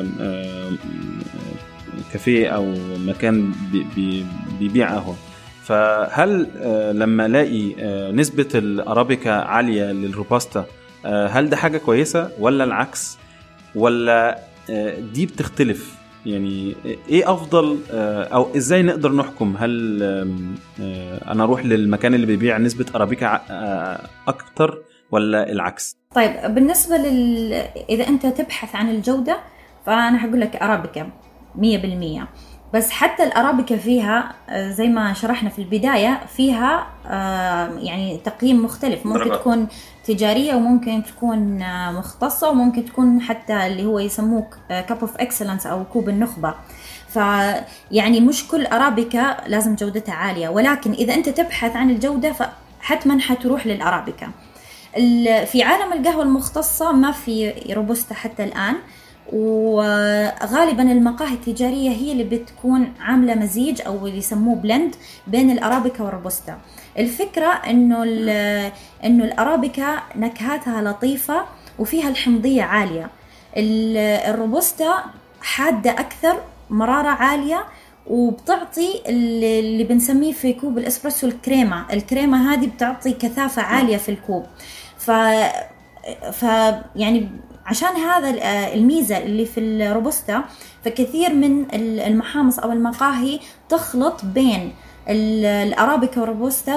كافيه أو مكان بيبيع قهوة، فهل لما ألاقي نسبة الأرابيكا عالية للروباستا هل ده حاجة كويسة ولا العكس، ولا دي بتختلف. يعني ايه افضل او ازاي نقدر نحكم هل انا اروح للمكان اللي بيبيع نسبة ارابيكا اكتر ولا العكس؟ طيب بالنسبة لل اذا انت تبحث عن الجودة فانا هقول لك ارابيكا مية بالمية. بس حتى الارابيكا فيها زي ما شرحنا في البداية فيها يعني تقييم مختلف، ممكن تكون تجارية وممكن تكون مختصة وممكن تكون حتى اللي هو يسموه كاب اوف اكسلنس او كوب النخبة. فيعني مش كل ارابيكا لازم جودتها عالية، ولكن اذا انت تبحث عن الجودة فحتما حتروح للارابيكا. في عالم القهوة المختصة ما في روبوستا حتى الآن، وغالبا المقاهي التجارية هي اللي بتكون عاملة مزيج أو اللي يسموه بلند بين الأرابيكا والروبوستا. الفكرة إنه إنه الأرابيكا نكهاتها لطيفة وفيها الحمضية عالية، الروبوستا حادة أكثر، مرارة عالية، وبتعطي اللي بنسميه في كوب الإسبريسو الكريمة. الكريمة هذه بتعطي كثافة عالية في الكوب. ف ف يعني عشان هذا الميزة اللي في الروبوستا، فكثير من المحامص أو المقاهي تخلط بين الأرابيكا والروبوستا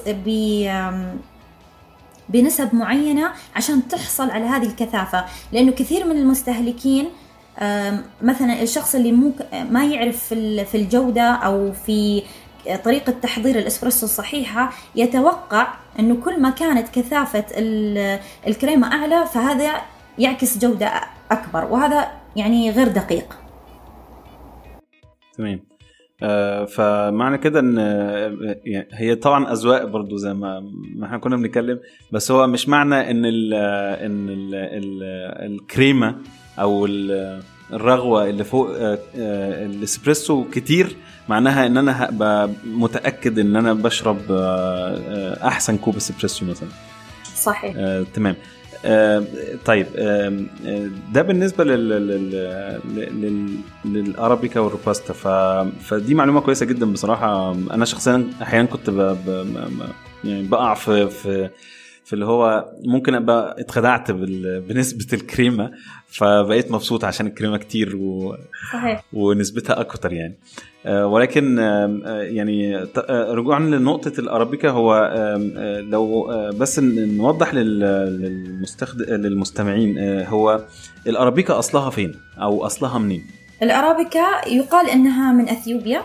بنسب معينة عشان تحصل على هذه الكثافة. لأنه كثير من المستهلكين مثلا الشخص اللي مو ما يعرف في الجودة أو في طريقة تحضير الإسبريسو الصحيحة يتوقع أنه كل ما كانت كثافة الكريمة أعلى فهذا يعكس جودة أكبر، وهذا يعني غير دقيق. تمام. آه فمعنى كده ان يعني هي طبعا اذواق برضو زي ما ما احنا كنا بنتكلم، بس هو مش معنى ان ال ان ال ال الكريمه او الرغوه اللي فوق الاسبريسو كتير معناها ان انا هبقى متاكد ان انا بشرب احسن كوب اسبريسو مثلا. صحيح. آه تمام. آه طيب آه ده بالنسبه لل لل للارابيكا والروبوستا، فدي معلومه كويسه جدا بصراحه. انا شخصيا احيانا كنت ب... ب... يعني بقع في في في اللي هو ممكن ابقى اتخدعت بال... بنسبه الكريمه، فبقيت مبسوط عشان الكريمه كتير و... صحيح. ونسبتها اكتر يعني. آه ولكن آه يعني آه رجوعا لنقطه الارابيكا، هو آه لو آه بس نوضح لل... للمستخد... للمستمعين، آه هو الارابيكا اصلها فين او اصلها منين؟ الارابيكا يقال انها من اثيوبيا،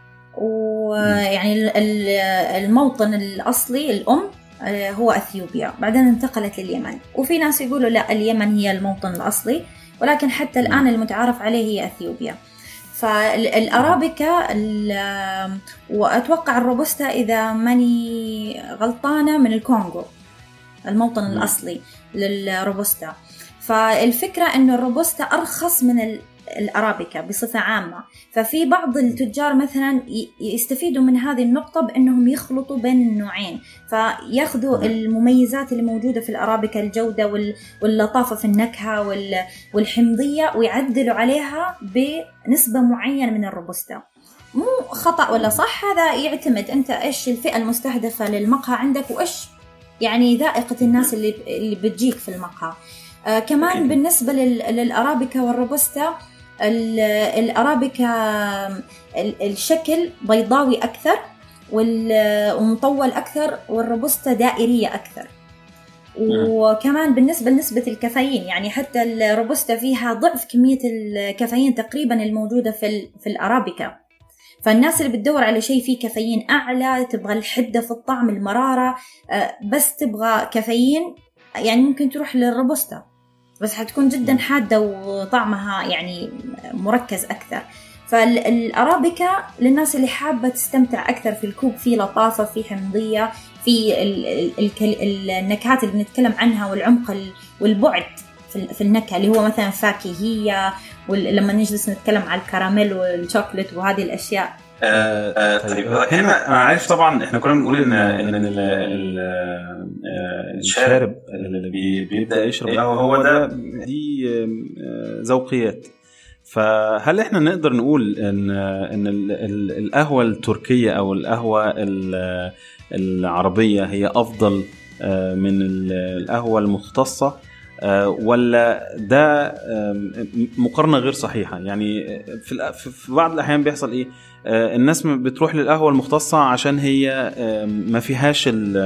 ويعني الموطن الاصلي الام هو أثيوبيا، بعدين انتقلت لليمن. وفي ناس يقولوا لا اليمن هي الموطن الأصلي، ولكن حتى الآن المتعارف عليه هي أثيوبيا. فالأرابيكا وأتوقع الروبوستا إذا ماني غلطانة من الكونغو، الموطن الأصلي للروبوستا. فالفكرة أنه الروبوستا أرخص من الأرابيكا بصفة عامة، ففي بعض التجار مثلا يستفيدوا من هذه النقطة بأنهم يخلطوا بين النوعين، فياخذوا المميزات اللي موجودة في الأرابيكا، الجودة واللطافة في النكهة والحمضية، ويعدلوا عليها بنسبة معينة من الروبوستا. مو خطأ ولا صح، هذا يعتمد أنت إيش الفئة المستهدفة للمقهى عندك، وإيش يعني ذائقة الناس اللي اللي بتجيك في المقهى. آه كمان بالنسبة للأرابيكا والروبوستا، الأرابيكا الشكل بيضاوي أكثر ومطول أكثر، والروبوستا دائرية أكثر. وكمان بالنسبة لنسبة الكافيين، يعني حتى الروبوستا فيها ضعف كمية الكافيين تقريبا الموجودة في في الأرابيكا. فالناس اللي بتدور على شيء فيه كافيين أعلى، تبغى الحدة في الطعم، المرارة، بس تبغى كافيين، يعني ممكن تروح للروبوستا، بس حتكون جدا حادة وطعمها يعني مركز أكثر. فالأرابيكا للناس اللي حابة تستمتع أكثر في الكوب، في لطافة، في حمضية، في النكهات اللي بنتكلم عنها، والعمق والبعد في النكهة اللي هو مثلا فاكهية، ولما نجلس نتكلم على الكراميل والشوكولات وهذه الأشياء. آه آه طيب هنا أنا عارف طبعا إحنا كنا بنقول إن إن الشارب اللي بيبدأ يشرب القهوة هو ده دي ذوقيات. فهل إحنا نقدر نقول إن إن القهوة التركية أو القهوة العربية هي أفضل من القهوة المختصة، ولا ده مقارنة غير صحيحة؟ يعني في في بعض الأحيان بيحصل إيه، الناس بتروح للقهوة المختصة عشان هي ما فيهاش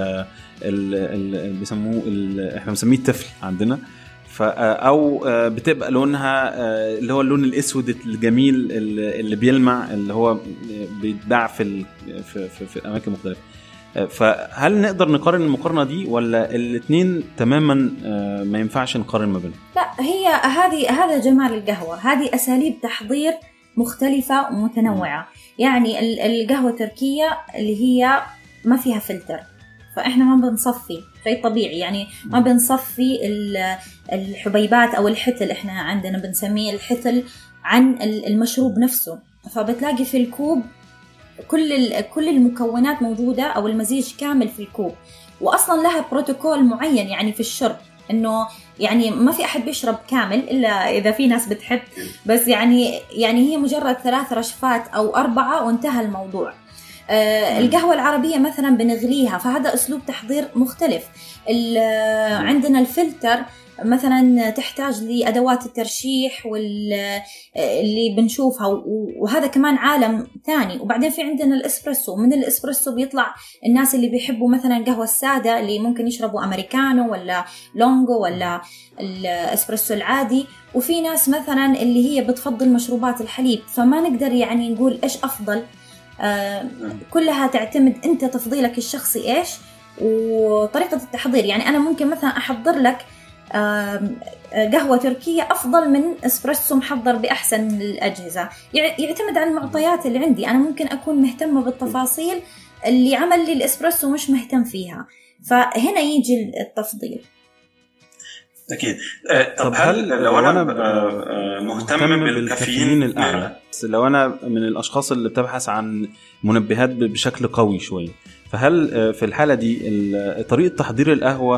ال بيسموه احنا بنسميه التفل عندنا، او بتبقى لونها اللي هو اللون الاسود الجميل اللي بيلمع اللي هو بيتباع في في في اماكن مختلفه. فهل نقدر نقارن المقارنه دي ولا الاثنين تماما ما ينفعش نقارن ما بينهم؟ لا، هي هذه هذا جمال القهوه، هذه اساليب تحضير مختلفه ومتنوعه. يعني القهوه التركيه اللي هي ما فيها فلتر، فإحنا ما بنصفي شيء طبيعي، يعني ما بنصفي الحبيبات أو الحتل، إحنا عندنا بنسميه الحتل عن المشروب نفسه. فبتلاقي في الكوب كل كل المكونات موجودة أو المزيج كامل في الكوب، وأصلا لها بروتوكول معين يعني في الشرب، إنه يعني ما في أحد بيشرب كامل إلا إذا في ناس بتحب، بس يعني يعني هي مجرد ثلاث رشفات أو أربعة وانتهى الموضوع. آه القهوة العربية مثلا بنغليها، فهذا أسلوب تحضير مختلف. عندنا الفلتر مثلا تحتاج لأدوات الترشيح واللي بنشوفها، وهذا كمان عالم ثاني. وبعدين في عندنا الإسبرسو، من الإسبرسو بيطلع الناس اللي بيحبوا مثلا القهوة السادة اللي ممكن يشربوا أمريكانو ولا لونغو ولا الإسبرسو العادي، وفي ناس مثلا اللي هي بتفضل مشروبات الحليب. فما نقدر يعني نقول إيش أفضل، آه كلها تعتمد أنت تفضيلك الشخصي إيش وطريقة التحضير. يعني أنا ممكن مثلا أحضر لك آه قهوة تركية أفضل من إسبرسو محضر بأحسن الأجهزة، يعتمد على المعطيات اللي عندي. أنا ممكن أكون مهتمة بالتفاصيل اللي عمل لي الإسبرسو مش مهتم فيها، فهنا يجي التفضيل. أكيد. طب هل لو أنا مهتم بالكافيين الأعلى، لو أنا من الأشخاص اللي بتبحث عن منبهات بشكل قوي شوي، فهل في الحالة دي طريقة تحضير القهوة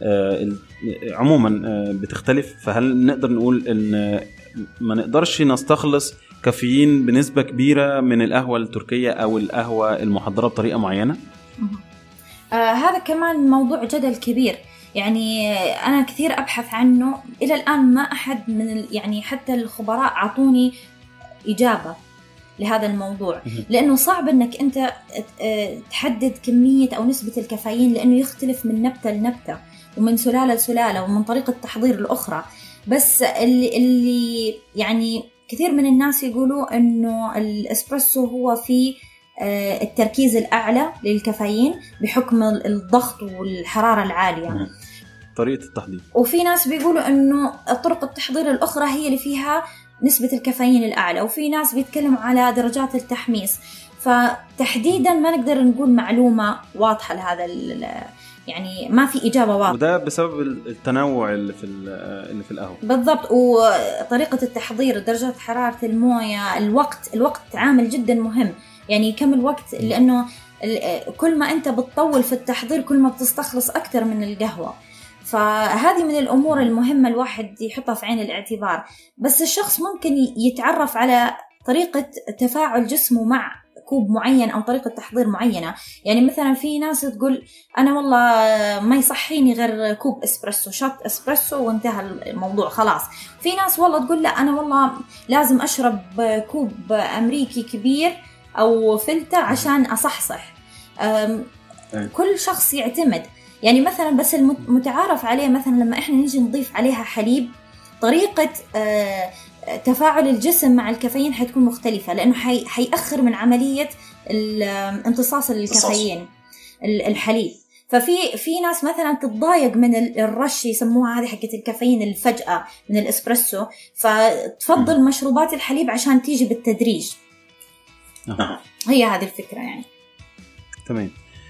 عموما بتختلف؟ فهل نقدر نقول إن ما نقدرش نستخلص كافيين بنسبة كبيرة من القهوة التركية أو القهوة المحضرة بطريقة معينة؟ آه هذا كمان موضوع جدل كبير. يعني أنا كثير أبحث عنه، إلى الآن ما أحد من يعني حتى الخبراء عطوني إجابة لهذا الموضوع، لأنه صعب أنك أنت تحدد كمية أو نسبة الكافيين، لأنه يختلف من نبتة لنبتة ومن سلالة لسلالة ومن طريقة تحضير الأخرى. بس اللي, اللي يعني كثير من الناس يقولوا أنه الإسبرسو هو في التركيز الأعلى للكافيين بحكم الضغط والحرارة العالية طريقة التحضير. وفي ناس بيقولوا أنه طرق التحضير الأخرى هي اللي فيها نسبة الكافيين الأعلى، وفي ناس بيتكلموا على درجات التحميص. فتحديدا ما نقدر نقول معلومة واضحة لهذا، يعني ما في إجابة واضحة، وده بسبب التنوع اللي في اللي في القهوة بالضبط. وطريقة التحضير، درجة حرارة الموية، الوقت الوقت عامل جدا مهم. يعني كم الوقت، لأنه كل ما أنت بتطول في التحضير كل ما بتستخلص أكثر من القهوة. فهذه من الأمور المهمة الواحد يحطها في عين الاعتبار. بس الشخص ممكن يتعرف على طريقة تفاعل جسمه مع كوب معين أو طريقة تحضير معينة. يعني مثلا في ناس تقول أنا والله ما يصحيني غير كوب إسبرسو، شوت إسبرسو وانتهى الموضوع خلاص. في ناس والله تقول لا أنا والله لازم أشرب كوب أمريكي كبير أو فلتر عشان أصحصح. كل شخص يعتمد. يعني مثلا بس المتعارف عليه مثلا لما إحنا نيجي نضيف عليها حليب، طريقة تفاعل الجسم مع الكافيين حتكون مختلفة، لأنه حي حيأخر من عملية امتصاص الكافيين الحليب. ففي في ناس مثلا تتضايق من الرش، يسموها هذه حقة الكافيين الفجأة من الإسبرسو، فتفضل مشروبات الحليب عشان تيجي بالتدريج. هي هذه الفكرة يعني. تمام.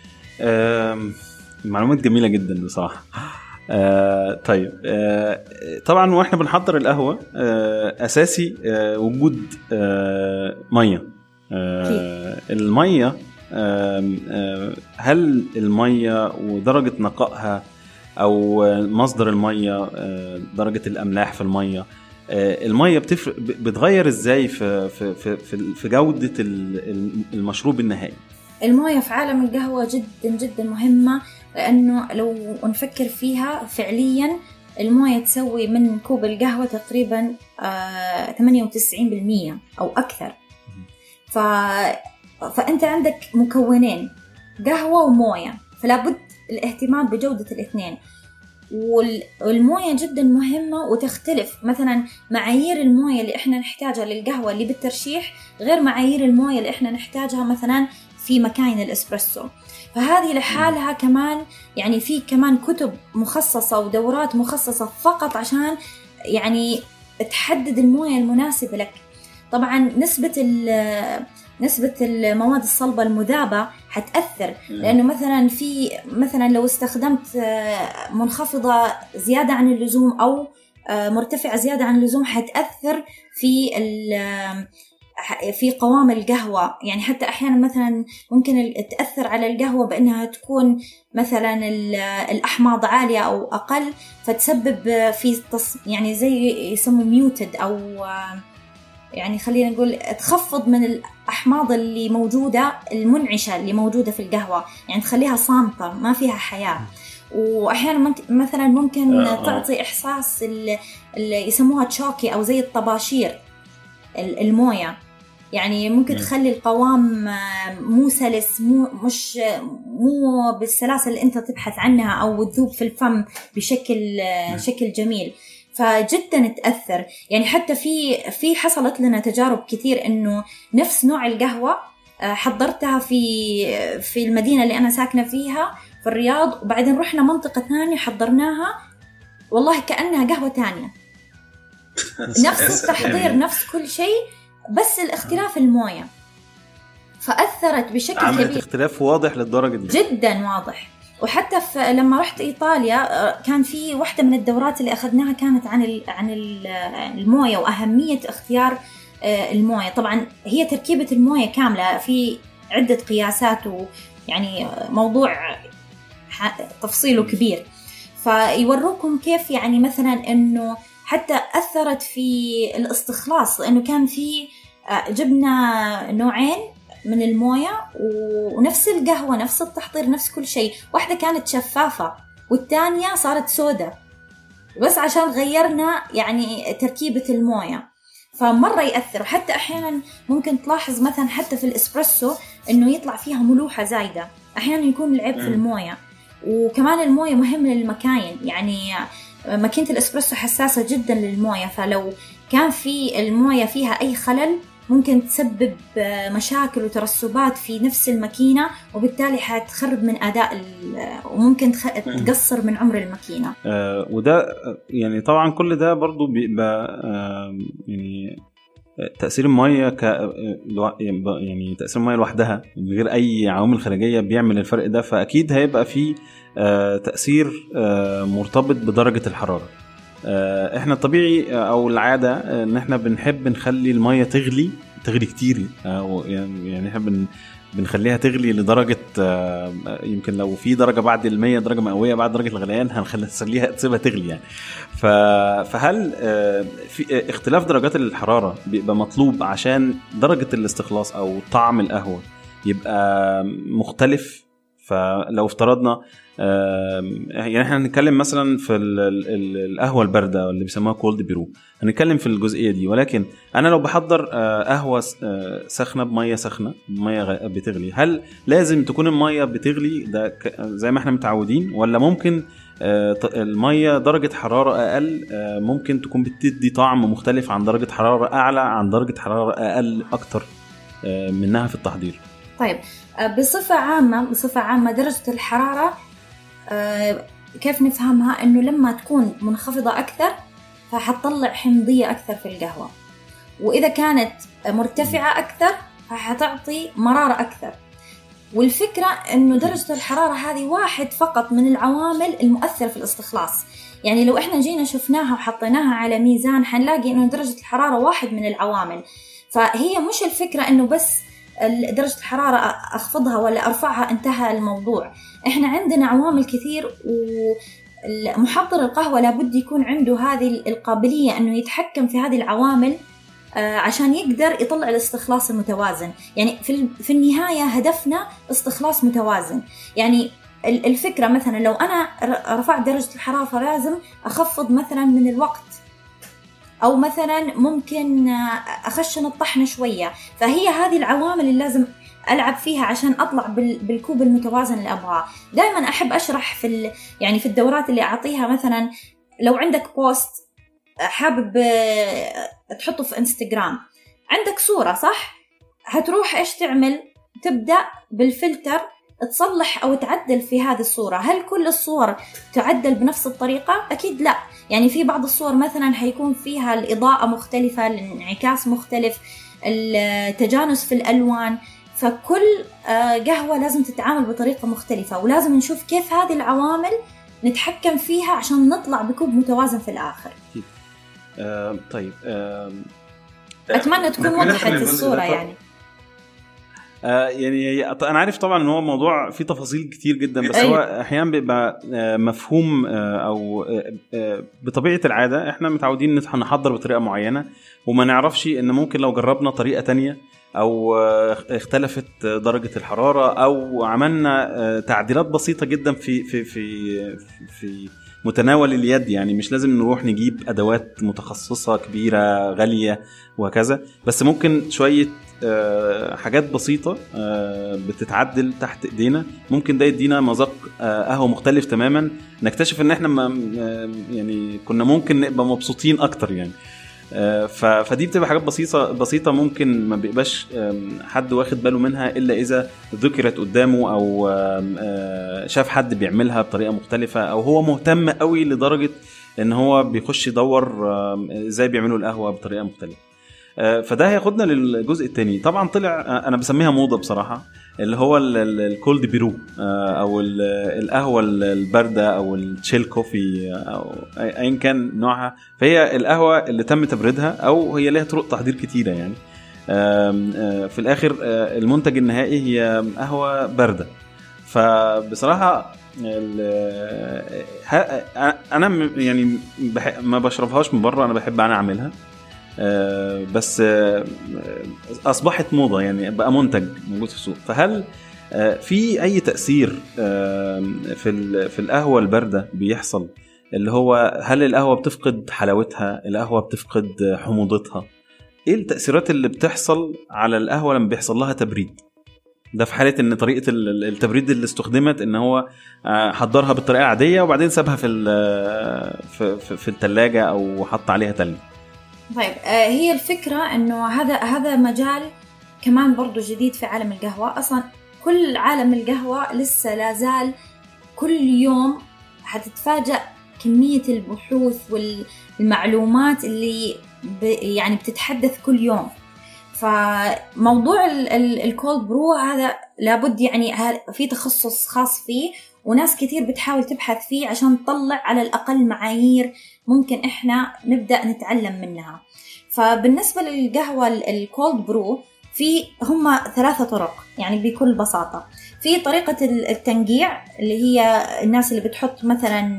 معلومات جميلة جدا بصراحة. آه طيب، آه طبعا واحنا بنحضر القهوة آه أساسي آه وجود آه مية. آه المية آه آه هل المية ودرجة نقائها أو مصدر المية آه درجة الأملاح في المية، آه المية بتفرق بتغير إزاي في في في في جودة المشروب النهائي؟ الموية في عالم القهوة جدا جدا مهمة، لأنه لو نفكر فيها فعليا الموية تسوي من كوب القهوة تقريبا ثمانية وتسعين بالمية أو أكثر. ف... فأنت عندك مكونين قهوة وموية، فلا بد الاهتمام بجودة الاثنين. والموية جدا مهمة وتختلف، مثلا معايير الموية اللي احنا نحتاجها للقهوة اللي بالترشيح غير معايير الموية اللي احنا نحتاجها مثلا في مكاين الإسبرسو. فهذه لحالها كمان يعني في كمان كتب مخصصة ودورات مخصصة فقط عشان يعني تحدد الموية المناسبة لك. طبعا نسبة نسبة المواد الصلبة المذابة حتأثر، لأنه مثلا في مثلا لو استخدمت منخفضة زيادة عن اللزوم أو مرتفعة زيادة عن اللزوم حتأثر في في قوام القهوة. يعني حتى أحيانا مثلا ممكن تأثر على القهوة بأنها تكون مثلا الأحماض عالية أو أقل، فتسبب في تص... يعني زي يسموه ميوتد أو يعني خلينا نقول تخفض من الأحماض اللي موجودة المنعشة اللي موجودة في القهوة، يعني تخليها صامتة ما فيها حياة. وأحيانا مثلا ممكن تعطي إحساس اللي يسموها تشوكي أو زي الطباشير الموية، يعني ممكن تخلي القوام مو سلس، مو مش مو بالسلاسة اللي أنت تبحث عنها أو تذوب في الفم بشكل شكل جميل. فجدا تأثر. يعني حتى في في حصلت لنا تجارب كثير إنه نفس نوع القهوة حضرتها في في المدينة اللي أنا ساكنة فيها في الرياض، وبعدين رحنا منطقة ثانية حضرناها والله كأنها قهوة تانية، نفس التحضير نفس كل شيء، بس الاختلاف الموية. فأثرت بشكل كبير، عملت اختلاف واضح للدرجة دي، جدا واضح. وحتى لما رحت إيطاليا كان في واحدة من الدورات اللي أخذناها كانت عن عن الموية وأهمية اختيار الموية. طبعا هي تركيبة الموية كاملة في عدة قياسات، ويعني موضوع تفصيله كبير. فيوروكم كيف يعني مثلا إنه حتى أثرت في الاستخلاص، لأنه كان في جبنا نوعين من الموية ونفس القهوة نفس التحضير نفس كل شيء، واحدة كانت شفافة والتانية صارت سودة، بس عشان غيرنا يعني تركيبة الموية. فمرة يأثر. وحتى أحيانا ممكن تلاحظ مثلا حتى في الإسبرسو إنه يطلع فيها ملوحة زايدة، أحيانا يكون العيب في الموية. وكمان الموية مهم للمكاين، يعني ماكينة الإسبرسو حساسة جدا للموية، فلو كان في الموية فيها أي خلل ممكن تسبب مشاكل وترسبات في نفس الماكينة، وبالتالي حتخرب من أداء وممكن تقصر من عمر الماكينة. آه وده يعني طبعا كل ده برضو بيبقى آه يعني تأثير المية ك يعني تأثير المية لوحدها من غير أي عوامل خارجية بيعمل الفرق ده. فأكيد هيبقى فيه آه تأثير آه مرتبط بدرجة الحرارة. آه احنا الطبيعي او العادة ان احنا بنحب نخلي المية تغلي تغلي كتير، آه يعني احنا بن بنخليها تغلي لدرجة آه يمكن لو في درجة بعد المية درجة مئوية بعد درجة الغليان هنخليها تسيبها تغلي يعني. فهل آه في اختلاف درجات الحرارة بيبقى مطلوب عشان درجة الاستخلاص او طعم القهوة يبقى مختلف؟ فلو افترضنا يعني احنا هنتكلم مثلا في القهوة الباردة اللي بيسموها كولد برو، هنتكلم في الجزئية دي. ولكن انا لو بحضر قهوة سخنة بمية سخنة بمية بتغلي، هل لازم تكون المية بتغلي ده زي ما احنا متعودين، ولا ممكن المية درجة حرارة اقل ممكن تكون بتدي طعم مختلف عن درجة حرارة اعلى عن درجة حرارة اقل اكتر منها في التحضير؟ طيب بصفة عامة بصفة عامة درجة الحرارة كيف نفهمها؟ إنه لما تكون منخفضة أكثر فحتطلع حمضية أكثر في القهوة، وإذا كانت مرتفعة أكثر فحتعطي مرارة أكثر. والفكرة إنه درجة الحرارة هذه واحد فقط من العوامل المؤثرة في الاستخلاص. يعني لو إحنا جينا شفناها وحطيناها على ميزان حنلاقي إنه درجة الحرارة واحد من العوامل. فهي مش الفكرة إنه بس درجة الحرارة أخفضها ولا أرفعها انتهى الموضوع. إحنا عندنا عوامل كثير، ومحضر القهوة لابد يكون عنده هذه القابلية أنه يتحكم في هذه العوامل عشان يقدر يطلع الاستخلاص المتوازن. يعني في في النهاية هدفنا استخلاص متوازن. يعني الفكرة مثلا لو أنا رفعت درجة الحرارة فلازم أخفض مثلا من الوقت، أو مثلا ممكن أخشن الطحنة شوية. فهي هذه العوامل اللي لازم ألعب فيها عشان أطلع بالكوب المتوازن اللي أبغاه. دائما أحب أشرح في يعني في الدورات اللي أعطيها، مثلا لو عندك بوست حابب تحطه في انستغرام، عندك صورة صح، هتروح إيش تعمل؟ تبدأ بالفلتر تصلح أو تعدل في هذه الصورة. هل كل الصور تعدل بنفس الطريقة؟ أكيد لا. يعني في بعض الصور مثلا هيكون فيها الإضاءة مختلفة، الانعكاس مختلف، التجانس في الألوان، فكل قهوة لازم تتعامل بطريقة مختلفة، ولازم نشوف كيف هذه العوامل نتحكم فيها عشان نطلع بكوب متوازن في الآخر. آه طيب آه أتمنى تكون وضحت الصورة يعني. آه يعني أنا عارف طبعا إن هو موضوع فيه تفاصيل كتير جدا، بس أيوة. هو أحيانا بيبقى آه مفهوم آه أو آه آه بطبيعة العادة إحنا متعودين نحضر بطريقة معينة، وما نعرفش إن ممكن لو جربنا طريقة تانية أو اختلفت درجة الحرارة أو عملنا تعديلات بسيطة جدا في في في في متناول اليد. يعني مش لازم نروح نجيب أدوات متخصصة كبيرة غالية وهكذا، بس ممكن شوية حاجات بسيطة بتتعدل تحت إيدينا، ممكن ده يدينا مذاق قهوة مختلف تماما. نكتشف إن إحنا يعني كنا ممكن نبقى مبسوطين أكتر يعني. فدي بتبقى حاجات بسيطة بسيطة ممكن ما بيبقاش حد واخد باله منها إلا إذا ذكرت قدامه أو شاف حد بيعملها بطريقة مختلفة، أو هو مهتم قوي لدرجة إن هو بيخش يدور إزاي بيعملوا القهوة بطريقة مختلفة. فده هياخدنا للجزء التاني. طبعا طلع أنا بسميها موضة بصراحة، اللي هو الكولد برو أو القهوة الباردة أو التشيل كوفي أو أي كان نوعها. فهي القهوة اللي تم تبريدها، أو هي لها طرق تحضير كتيرة يعني. في الآخر المنتج النهائي هي قهوة باردة. فبصراحة أنا يعني ما بشربهاش من بره، أنا بحب أنا أعملها، أه بس أه أصبحت موضة يعني، بقى منتج موجود في السوق. فهل أه في أي تأثير أه في في القهوة الباردة بيحصل، اللي هو هل القهوة بتفقد حلاوتها، القهوة بتفقد حموضتها؟ إيه التأثيرات اللي بتحصل على القهوة لما بيحصل لها تبريد؟ ده في حالة إن طريقة التبريد اللي استخدمت إن هو حضرها بالطريقة عادية وبعدين سابها في في في الثلاجة أو حط عليها تلج. طيب هي الفكرة إنه هذا هذا مجال كمان برضو جديد في عالم القهوة. أصلا كل عالم القهوة لسه لازال كل يوم هتتفاجأ كمية البحوث والمعلومات اللي يعني بتتحدث كل يوم. فموضوع الكولد برو هذا لابد يعني في تخصص خاص فيه، وناس كتير بتحاول تبحث فيه عشان تطلع على الأقل معايير ممكن إحنا نبدأ نتعلم منها. فبالنسبة للقهوة الكولد برو في هم ثلاثة طرق يعني بكل بساطة. في طريقة التنقيع اللي هي الناس اللي بتحط مثلا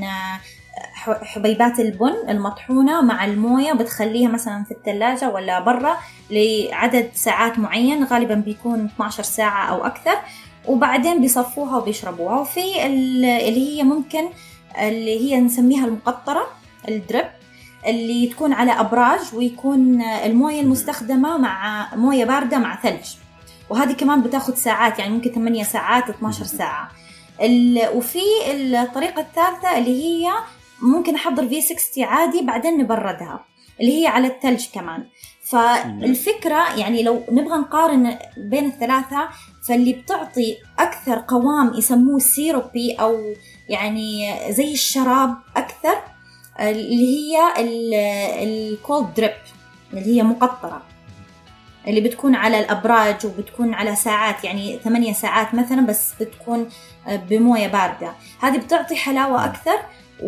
حبيبات البن المطحونة مع الموية، بتخليها مثلا في الثلاجة ولا برا لعدد ساعات معين، غالبا بيكون اثنتي عشرة ساعة أو أكثر، وبعدين بيصفوها وبيشربوها. وفي اللي هي ممكن اللي هي نسميها المقطرة الدريب، اللي تكون على أبراج ويكون الموية المستخدمة مع موية باردة مع ثلج، وهذه كمان بتاخد ساعات يعني ممكن ثمانية ساعات اثنتي عشرة ساعة. وفي الطريقة الثالثة اللي هي ممكن أحضر في ستين عادي بعدين نبردها، اللي هي على الثلج كمان. فالفكرة يعني لو نبغى نقارن بين الثلاثة، فاللي بتعطي أكثر قوام يسموه سيروبي أو يعني زي الشراب أكثر اللي هي الكولد دريب اللي هي مقطرة، اللي بتكون على الأبراج وبتكون على ساعات يعني ثمانية ساعات مثلا، بس بتكون بموية باردة. هذه بتعطي حلاوة أكثر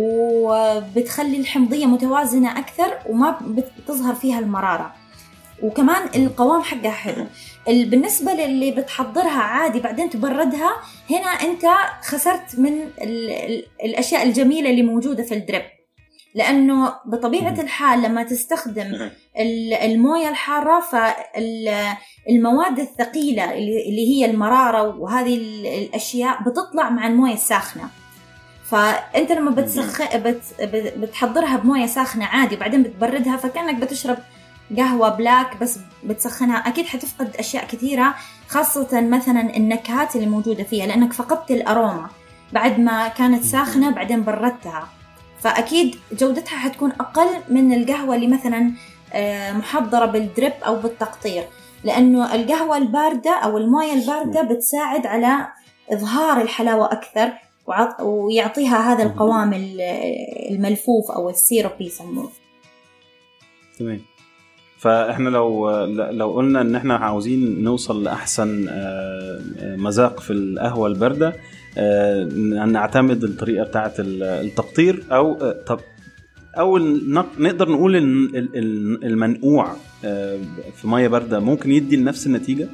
وبتخلي الحمضية متوازنة أكثر وما بتظهر فيها المرارة، وكمان القوام حقها حلو. بالنسبة للي بتحضرها عادي بعدين تبردها، هنا أنت خسرت من ال ال الأشياء الجميلة اللي موجودة في الدريب، لأنه بطبيعة الحال لما تستخدم الموية الحارة فالمواد الثقيلة اللي هي المرارة وهذه الأشياء بتطلع مع الموية الساخنة. فأنت لما بتسخ... بت... بتحضرها بموية ساخنة عادي وبعدين بتبردها فكأنك بتشرب قهوة بلاك بس بتسخنها، أكيد حتفقد أشياء كثيرة، خاصة مثلا النكهات اللي موجودة فيها لأنك فقدت الأروما بعد ما كانت ساخنة بعدين بردتها، فأكيد جودتها حتكون أقل من القهوة اللي مثلا محضرة بالدريب أو بالتقطير، لأنه القهوة الباردة أو الموية الباردة بتساعد على إظهار الحلاوة أكثر ويعطيها هذا القوام الملفوف أو السيروبي يسموه. تمام. فإحنا لو لو قلنا إن إحنا عاوزين نوصل لأحسن مذاق في القهوة الباردة، نعتمد الطريقة بتاعة التقطير أو طب أو نقدر نقول إن المنقوع في مية باردة ممكن يدي نفس النتيجة.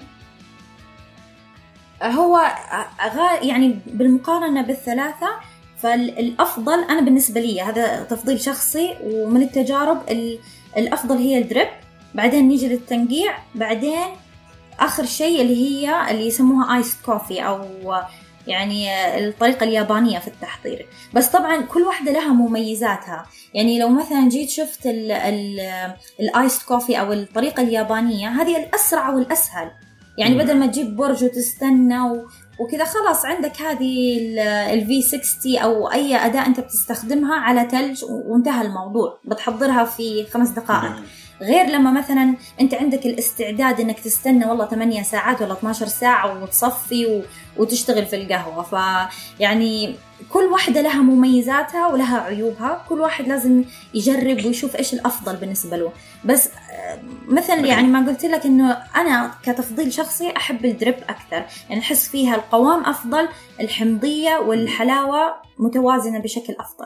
هو يعني بالمقارنة بالثلاثة فالأفضل أنا بالنسبة لي هذا تفضيل شخصي ومن التجارب الأفضل هي الدريب، بعدين نيجي للتنقيع، بعدين آخر شيء اللي هي اللي يسموها آيس كوفي أو يعني الطريقة اليابانية في التحضير. بس طبعا كل واحدة لها مميزاتها، يعني لو مثلا جيت شفت الآيس كوفي أو الطريقة اليابانية هذه الأسرع والأسهل، يعني بدل ما تجيب برج وتستنى وكذا خلاص عندك هذه ال في ستين أو أي أداة أنت بتستخدمها على ثلج وانتهى الموضوع، بتحضرها في خمس دقائق. غير لما مثلا أنت عندك الاستعداد أنك تستنى والله ثمانية ساعات ولا اثنا عشر ساعة وتصفي وتشتغل في القهوة. فيعني كل واحدة لها مميزاتها ولها عيوبها، كل واحد لازم يجرب ويشوف إيش الأفضل بالنسبة له. بس مثلا يعني ما قلت لك إنه أنا كتفضيل شخصي أحب الدريب أكثر، يعني أحس فيها القوام أفضل، الحمضية والحلاوة متوازنة بشكل أفضل.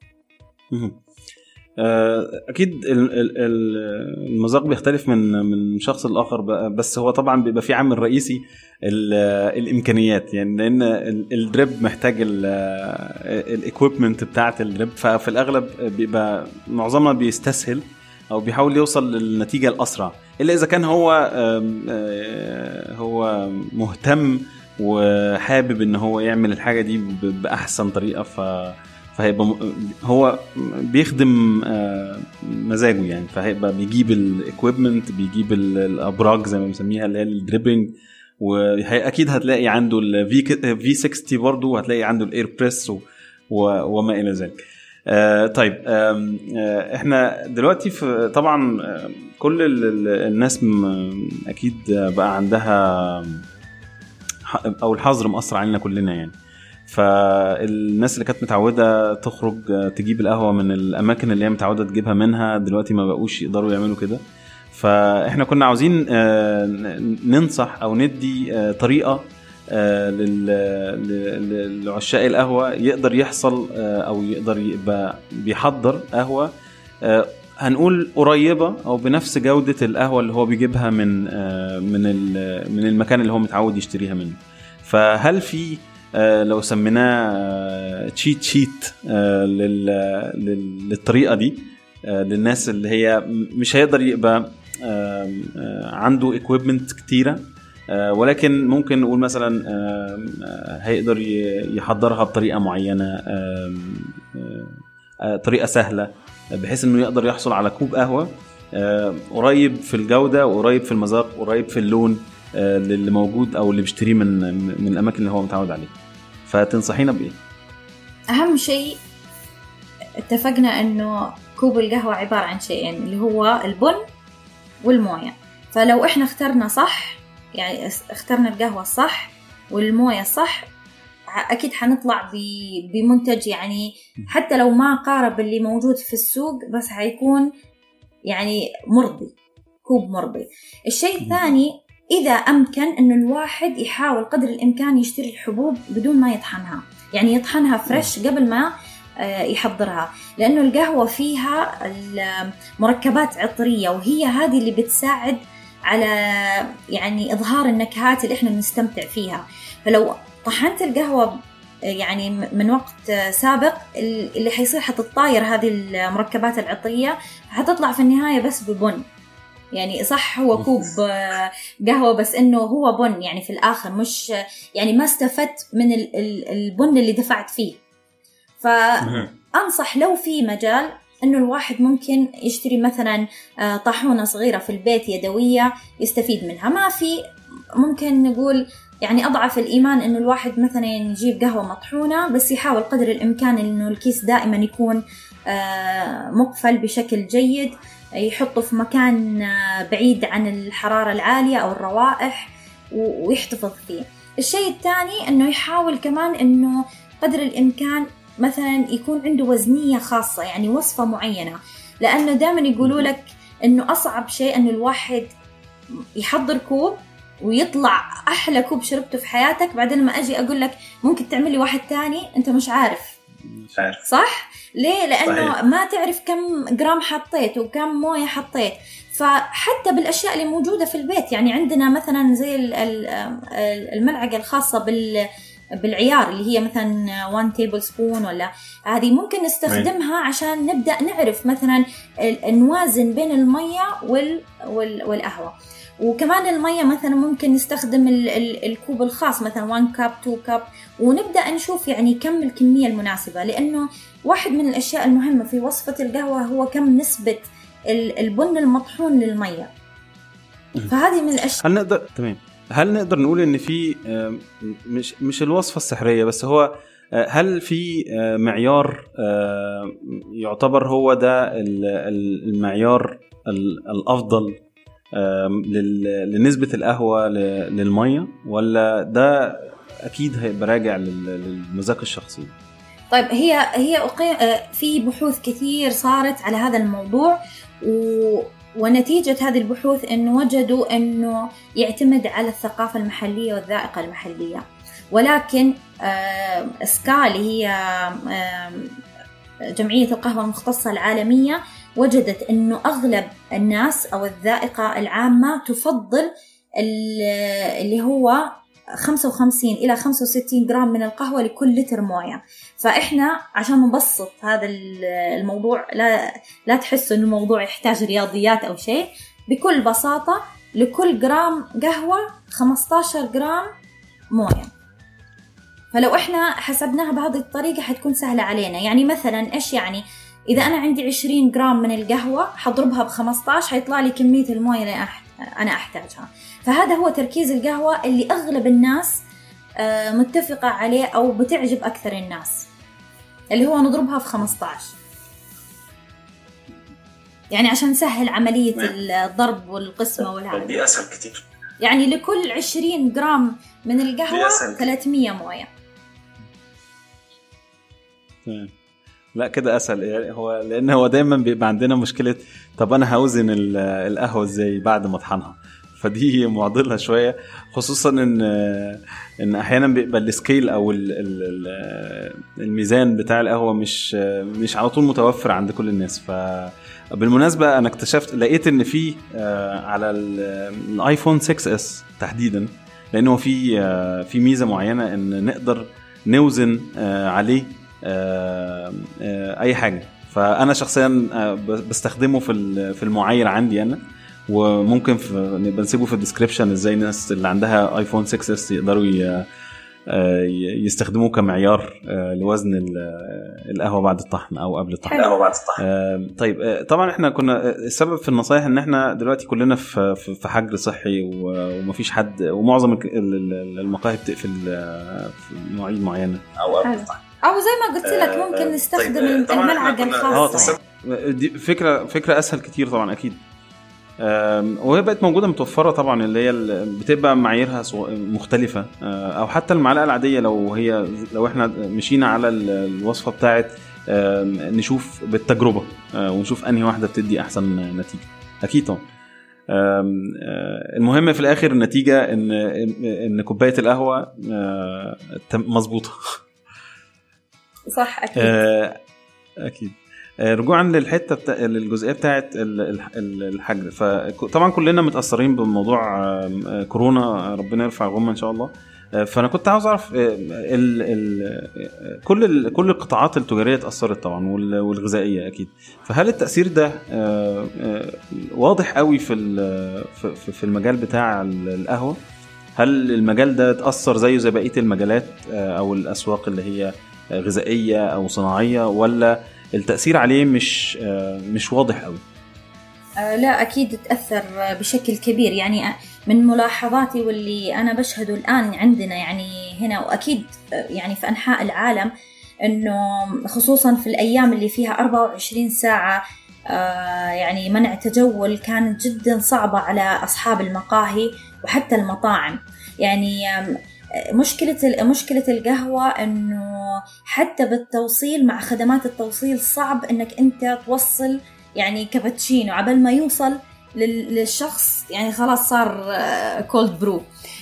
اكيد المذاق بيختلف من من شخص لاخر، بس هو طبعا بيبقى في عامل رئيسي الامكانيات، يعني لان الدريب محتاج الايكويبمنت بتاعه الدريب، ففي الاغلب بيبقى معظمنا بيستسهل او بيحاول يوصل للنتيجه الاسرع، الا اذا كان هو هو مهتم وحابب ان هو يعمل الحاجه دي باحسن طريقه، ف فهيبقى هو بيخدم مزاجه يعني، فهيبقى بيجيب الايكويبمنت، بيجيب الابراج زي ما بنسميها اللي هي الدريبنج، واكيد هتلاقي عنده الفي في ستين برضه، وهتلاقي عنده الاير بريس وما الى ذلك. طيب احنا دلوقتي في طبعا كل الناس اكيد بقى عندها او الحظر مأثر علينا كلنا يعني، فالناس اللي كانت متعودة تخرج تجيب القهوة من الأماكن اللي هي متعودة تجيبها منها دلوقتي ما بقوش يقدروا يعملوا كده. فإحنا كنا عاوزين ننصح أو ندي طريقة لعشاق القهوة يقدر يحصل أو يقدر يبقى بيحضر قهوة هنقول قريبة أو بنفس جودة القهوة اللي هو بيجيبها من من من المكان اللي هو متعود يشتريها منه. فهل في لو سميناه تشيت شيت للطريقة دي للناس اللي هي مش هيقدر يبقى عنده equipment كتيرة، ولكن ممكن نقول مثلا هيقدر يحضرها بطريقة معينة، طريقة سهلة بحيث انه يقدر يحصل على كوب قهوة قريب في الجودة وقريب في المذاق وقريب في اللون اللي موجود او اللي بيشتريه من من الاماكن اللي هو متعود عليه. فتنصحينا بايه؟ اهم شيء اتفقنا انه كوب القهوة عبارة عن شيئين اللي هو البن والموية، فلو احنا اخترنا صح يعني اخترنا القهوة الصح والموية الصح اكيد حنطلع بمنتج يعني حتى لو ما قارب اللي موجود في السوق بس هيكون يعني مرضي، كوب مرضي. الشيء الثاني إذا أمكن أنه الواحد يحاول قدر الإمكان يشتري الحبوب بدون ما يطحنها، يعني يطحنها فريش قبل ما يحضرها، لأنه القهوة فيها مركبات عطرية وهي هذه اللي بتساعد على يعني إظهار النكهات اللي إحنا نستمتع فيها. فلو طحنت القهوة يعني من وقت سابق اللي حيصير حتتطاير هذه المركبات العطرية، حتطلع في النهاية بس ببن. يعني صح هو كوب قهوة بس إنه هو بن، يعني في الآخر مش يعني ما استفدت من البن اللي دفعت فيه. فأنصح لو في مجال إنه الواحد ممكن يشتري مثلا طاحونة صغيرة في البيت يدوية يستفيد منها. ما في ممكن نقول يعني أضعف الإيمان إنه الواحد مثلا يجيب قهوة مطحونة، بس يحاول قدر الإمكان إنه الكيس دائما يكون مقفل بشكل جيد، يحطه في مكان بعيد عن الحرارة العالية أو الروائح ويحتفظ فيه. الشيء الثاني إنه يحاول كمان إنه قدر الإمكان مثلا يكون عنده وزنية خاصة، يعني وصفة معينة، لأنه دائما يقولوا لك إنه أصعب شيء إنه الواحد يحضر كوب ويطلع أحلى كوب شربته في حياتك، بعدين ما أجي أقول لك ممكن تعملي واحد تاني أنت مش عارف. صح؟ ليه؟ لأنه صحيح. ما تعرف كم جرام حطيت وكم موية حطيت. فحتى بالأشياء اللي موجودة في البيت، يعني عندنا مثلا زي الملعقة الخاصة بال بالعيار اللي هي مثلا واحد تيبل سبون ولا هذه، ممكن نستخدمها عشان نبدأ نعرف مثلا نوازن بين المية وال وال والقهوة. وكمان المية مثلا ممكن نستخدم ال ال الكوب الخاص مثلا واحد كاب اثنين كاب، ونبدأ نشوف يعني كم الكمية المناسبة، لأنه واحد من الأشياء المهمة في وصفة القهوة هو كم نسبة البن المطحون للمية. فهذه من الأشياء. هل نقدر تمام هل نقدر نقول إن في مش مش الوصفة السحرية بس، هو هل في معيار يعتبر هو ده المعيار الأفضل لنسبة القهوة للمية، ولا ده أكيد هيبقى راجع للمذاق الشخصي؟ طيب هي هي في بحوث كثير صارت على هذا الموضوع، و ونتيجة هذه البحوث إنه وجدوا إنه يعتمد على الثقافة المحلية والذائقة المحلية. ولكن سكال هي جمعية القهوة المختصة العالمية وجدت إنه أغلب الناس أو الذائقة العامة تفضل اللي هو خمسة وخمسين إلى خمسة وستين جرام من القهوة لكل لتر موية. فإحنا عشان نبسط هذا الموضوع، لا لا تحسوا إنه الموضوع يحتاج رياضيات أو شيء، بكل بساطة لكل جرام قهوة خمسة عشر جرام موية. فلو إحنا حسبناها بهذه الطريقة حتكون سهلة علينا. يعني مثلا إيش يعني؟ إذا أنا عندي عشرين جرام من القهوة حضربها بخمسة عشر حيطلع لي كمية الموية اللي أنا أحتاجها. فهذا هو تركيز القهوة اللي أغلب الناس متفقة عليه أو بتعجب أكثر الناس، اللي هو نضربها في خمسة عشر، يعني عشان نسهل عملية الضرب والقسمة والهذا. دي أسهل كتير. يعني لكل عشرين جرام من القهوة ثلاثمية موية. تمام. لا كده أسهل، يعني هو لأن هو دايما بيبقى عندنا مشكلة طب أنا هوزن القهوة إزاي بعد ما أطحنها، فدي معضلة شوية، خصوصا إن إن أحيانا بيبقى السكيل أو الميزان بتاع القهوة مش مش على طول متوفر عند كل الناس. فبالمناسبة أنا اكتشفت لقيت إن في على الآيفون سكس إس تحديدا، لأنه في في ميزة معينة إن نقدر نوزن عليه اي حاجه. فانا شخصيا بستخدمه في في المعايير عندي انا، وممكن نبقى نسيبه في الديسكريبشن ازاي الناس اللي عندها ايفون سكس اس يقدروا يستخدموه كمعيار لوزن القهوه بعد الطحن او قبل الطحن. القهوه بعد الطحن. طيب طبعا احنا كنا السبب في النصايح ان احنا دلوقتي كلنا في في حجر صحي ومفيش حد، ومعظم المقاهي بتقفل في مواعيد معينه او قبل الطحن، أو زي ما قلت لك ممكن نستخدم طيب الملعقة الخاصة. دي فكرة فكرة أسهل كتير طبعا أكيد، وهي بقت موجودة متوفرة طبعا، اللي هي بتبقى معاييرها مختلفة، أو حتى المعلقة العادية لو هي لو إحنا مشينا على الوصفة بتاعت نشوف بالتجربة ونشوف أنهي واحدة بتدي أحسن نتيجة. أكيد طبعا المهم في الآخر النتيجة إن إن كوباية القهوة مظبوطة. صح أكيد. أكيد. رجوعا للحتة بتاع الجزئية بتاعت الحجر، فطبعا كلنا متأثرين بموضوع كورونا، ربنا يرفع غمة إن شاء الله. فانا كنت عاوز اعرف ال ال كل ال كل القطاعات التجاريه اتاثرت طبعا والغذائيه اكيد. فهل التاثير ده واضح قوي في في المجال بتاع القهوه؟ هل المجال ده اتاثر زيه زي بقيه المجالات او الاسواق اللي هي غذائيه او صناعيه، ولا التاثير عليه مش مش واضح قوي؟ لا أكيد تأثر بشكل كبير. يعني من ملاحظاتي واللي أنا بشهده الآن عندنا يعني هنا وأكيد يعني في أنحاء العالم، إنه خصوصا في الأيام اللي فيها أربعة وعشرين ساعة يعني منع تجول كانت جدا صعبة على أصحاب المقاهي وحتى المطاعم. يعني مشكلة مشكلة القهوة إنه حتى بالتوصيل مع خدمات التوصيل صعب إنك أنت توصل يعني كابتشينو عبال ما يوصل للشخص، يعني خلاص صار كولد برو،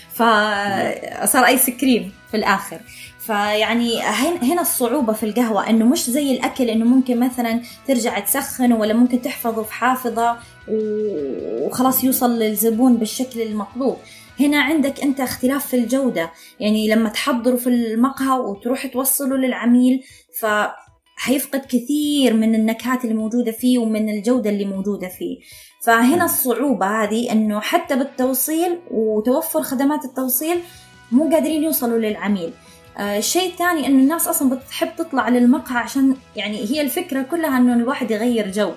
فصار آيس كريم في الآخر. فيعني هنا الصعوبة في القهوة إنه مش زي الأكل إنه ممكن مثلا ترجع تسخن ولا ممكن تحفظه في حافظة وخلاص يوصل للزبون بالشكل المطلوب. هنا عندك أنت اختلاف في الجودة، يعني لما تحضره في المقهى وتروح توصله للعميل ف هيفقد كثير من النكهات اللي موجودة فيه ومن الجودة اللي موجودة فيه. فهنا الصعوبة هذه إنه حتى بالتوصيل وتوفر خدمات التوصيل مو قادرين يوصلوا للعميل. آه الشيء الثاني إنه الناس أصلا بتحب تطلع للمقهى عشان يعني هي الفكرة كلها إنه الواحد يغير جو.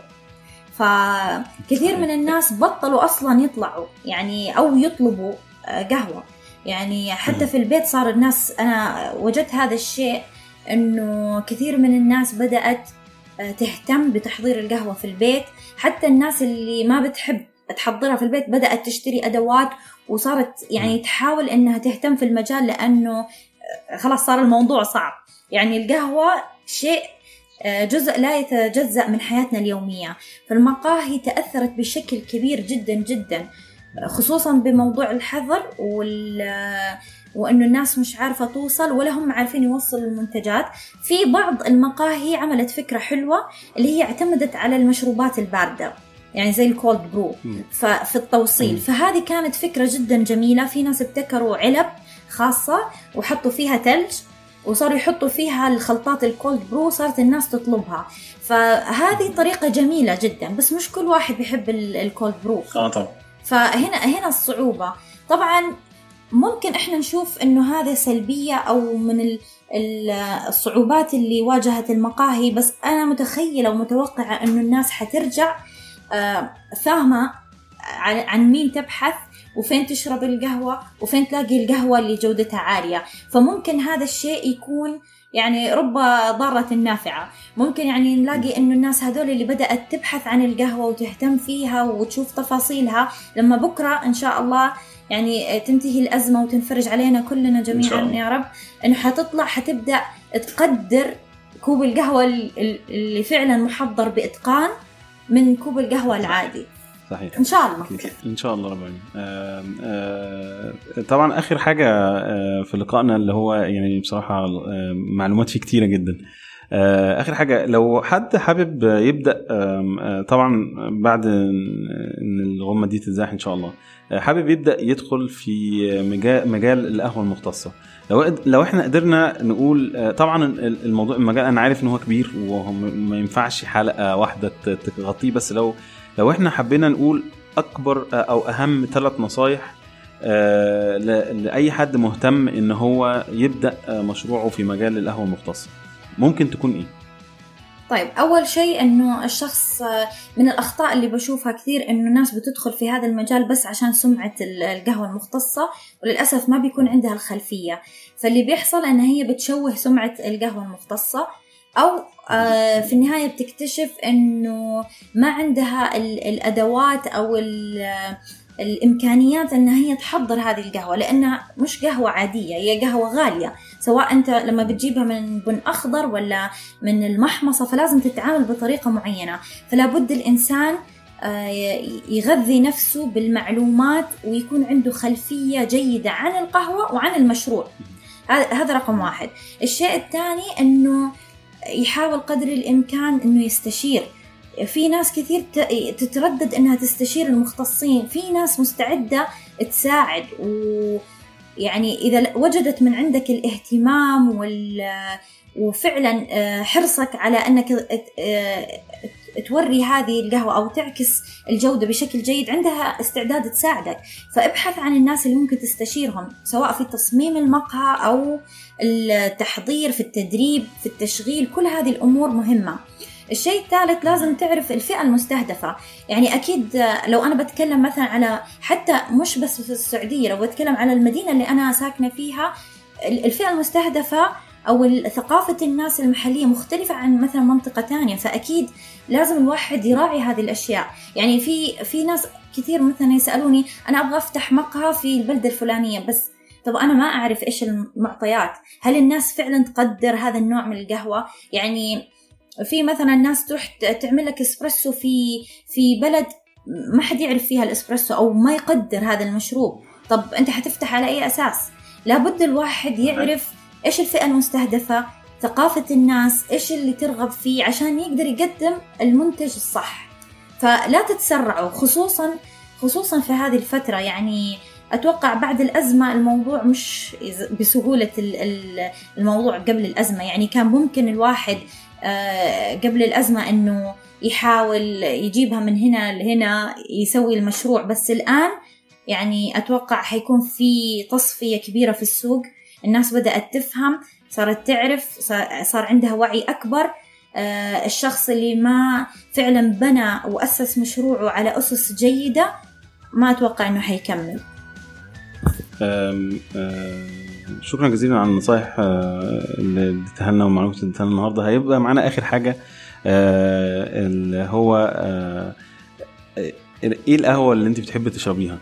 فكثير من الناس بطلوا أصلا يطلعوا يعني أو يطلبوا آه قهوة. يعني حتى في البيت صار الناس، أنا وجدت هذا الشيء إنه كثير من الناس بدأت تهتم بتحضير القهوة في البيت. حتى الناس اللي ما بتحب تحضرها في البيت بدأت تشتري أدوات وصارت يعني تحاول إنها تهتم في المجال، لأنه خلاص صار الموضوع صعب. يعني القهوة شيء جزء لا يتجزأ من حياتنا اليومية. فالمقاهي تأثرت بشكل كبير جدا جدا، خصوصا بموضوع الحظر وال وأنه الناس مش عارفة توصل ولا هم عارفين يوصلوا المنتجات. في بعض المقاهي عملت فكرة حلوة اللي هي اعتمدت على المشروبات الباردة، يعني زي الكولد برو في التوصيل. فهذه كانت فكرة جدا جميلة. في ناس ابتكروا علب خاصة وحطوا فيها ثلج وصاروا يحطوا فيها الخلطات الكولد برو، صارت الناس تطلبها. فهذه طريقة جميلة جدا، بس مش كل واحد بيحب الكولد برو. آه طبعا. فهنا هنا الصعوبة. طبعا ممكن احنا نشوف انه هذا سلبية او من الصعوبات اللي واجهت المقاهي، بس انا متخيلة ومتوقعة انه الناس حترجع فاهمة عن مين تبحث وفين تشرب القهوة وفين تلاقي القهوة اللي جودتها عالية. فممكن هذا الشيء يكون يعني رب ضارة نافعة. ممكن يعني نلاقي إنه الناس هذول اللي بدأت تبحث عن القهوة وتهتم فيها وتشوف تفاصيلها، لما بكرة إن شاء الله يعني تنتهي الأزمة وتنفرج علينا كلنا جميعا يا رب، إنه حتطلع حتبدأ تقدر كوب القهوة اللي فعلا محضر بإتقان من كوب القهوة العادي. صحيح. إن شاء الله. إن شاء الله ربنا. آه آه طبعا آخر حاجة آه في لقائنا اللي هو يعني بصراحة آه معلومات فيه كتيرة جدا. آه آخر حاجة، لو حد حابب يبدأ آه طبعا بعد إن الغمة دي تتزاح إن شاء الله، آه حابب يبدأ يدخل في مجال, مجال القهوة المختصة. لو لو إحنا قدرنا نقول آه طبعا الموضوع المجال أنا عارف إنه هو كبير وما ينفعش حلقة واحدة تغطيه، بس لو لو احنا حبينا نقول اكبر او اهم ثلاث نصايح لاي حد مهتم ان هو يبدا مشروعه في مجال القهوه المختصه، ممكن تكون ايه؟ طيب، اول شيء انه الشخص من الاخطاء اللي بشوفها كثير انه الناس بتدخل في هذا المجال بس عشان سمعه القهوه المختصه، وللاسف ما بيكون عندها الخلفيه. فاللي بيحصل ان هي بتشوه سمعه القهوه المختصه، أو في النهاية بتكتشف أنه ما عندها الأدوات أو الإمكانيات أنها هي تحضر هذه القهوة، لأنها مش قهوة عادية، هي قهوة غالية. سواء أنت لما بتجيبها من بن أخضر ولا من المحمصة فلازم تتعامل بطريقة معينة. فلا بد الإنسان يغذي نفسه بالمعلومات ويكون عنده خلفية جيدة عن القهوة وعن المشروع. هذا رقم واحد. الشيء الثاني أنه يحاول قدر الإمكان أنه يستشير. في ناس كثير تتردد أنها تستشير المختصين، في ناس مستعدة تساعد يعني إذا وجدت من عندك الاهتمام وال وفعلا حرصك على أنك توري هذه القهوة أو تعكس الجودة بشكل جيد، عندها استعداد تساعدك. فابحث عن الناس اللي ممكن تستشيرهم، سواء في تصميم المقهى أو التحضير، في التدريب، في التشغيل، كل هذه الأمور مهمة. الشيء الثالث لازم تعرف الفئة المستهدفة. يعني أكيد لو أنا بتكلم مثلا على حتى مش بس في السعودية، لو بتكلم على المدينة اللي أنا ساكنة فيها، الفئة المستهدفة أو ثقافة الناس المحلية مختلفة عن مثلا منطقة تانية، فأكيد لازم الواحد يراعي هذه الأشياء. يعني في في ناس كثير مثلا يسألوني أنا أبغى أفتح مقهى في البلدة الفلانية، بس طب أنا ما أعرف إيش المعطيات، هل الناس فعلا تقدر هذا النوع من القهوة؟ يعني في مثلا ناس تروح تعمل لك إسبرسو في في بلد ما حد يعرف فيها الإسبرسو أو ما يقدر هذا المشروب، طب أنت حتفتح على أي أساس؟ لابد الواحد يعرف إيش الفئة المستهدفة، ثقافة الناس، إيش اللي ترغب فيه عشان يقدر يقدم المنتج الصح. فلا تتسرعوا، خصوصا خصوصا في هذه الفترة. يعني أتوقع بعد الأزمة الموضوع مش بسهولة الموضوع قبل الأزمة. يعني كان ممكن الواحد قبل الأزمة أنه يحاول يجيبها من هنا لهنا يسوي المشروع، بس الآن يعني أتوقع حيكون في تصفية كبيرة في السوق، الناس بدأت تفهم، صارت تعرف، صار عندها وعي أكبر. الشخص اللي ما فعلا بنى وأسس مشروعه على أسس جيدة ما أتوقع أنه حيكمل. أم أم شكرا جزيلا على النصائح اللي اديتها لنا والمعلومات اللي اديتها لنا النهارده. هيبقى معنا آخر حاجة اللي هو إيه القهوة اللي أنت بتحبي تشربيها؟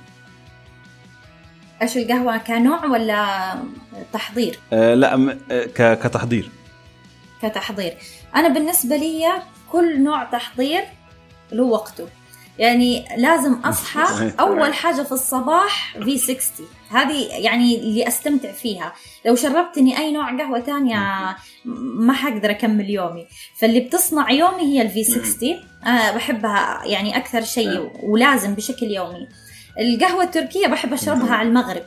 ايش القهوة كنوع ولا تحضير؟ آه لا كتحضير. كتحضير أنا بالنسبة لي كل نوع تحضير له وقته. يعني لازم أصحى أول حاجة في الصباح في ستين، هذه يعني اللي أستمتع فيها. لو شربتني أي نوع قهوة تانية ما حقدر أكمل يومي، فاللي بتصنع يومي هي الفي ستين. أنا بحبها يعني أكثر شيء ولازم بشكل يومي. القهوة التركية بحب أشربها على المغرب،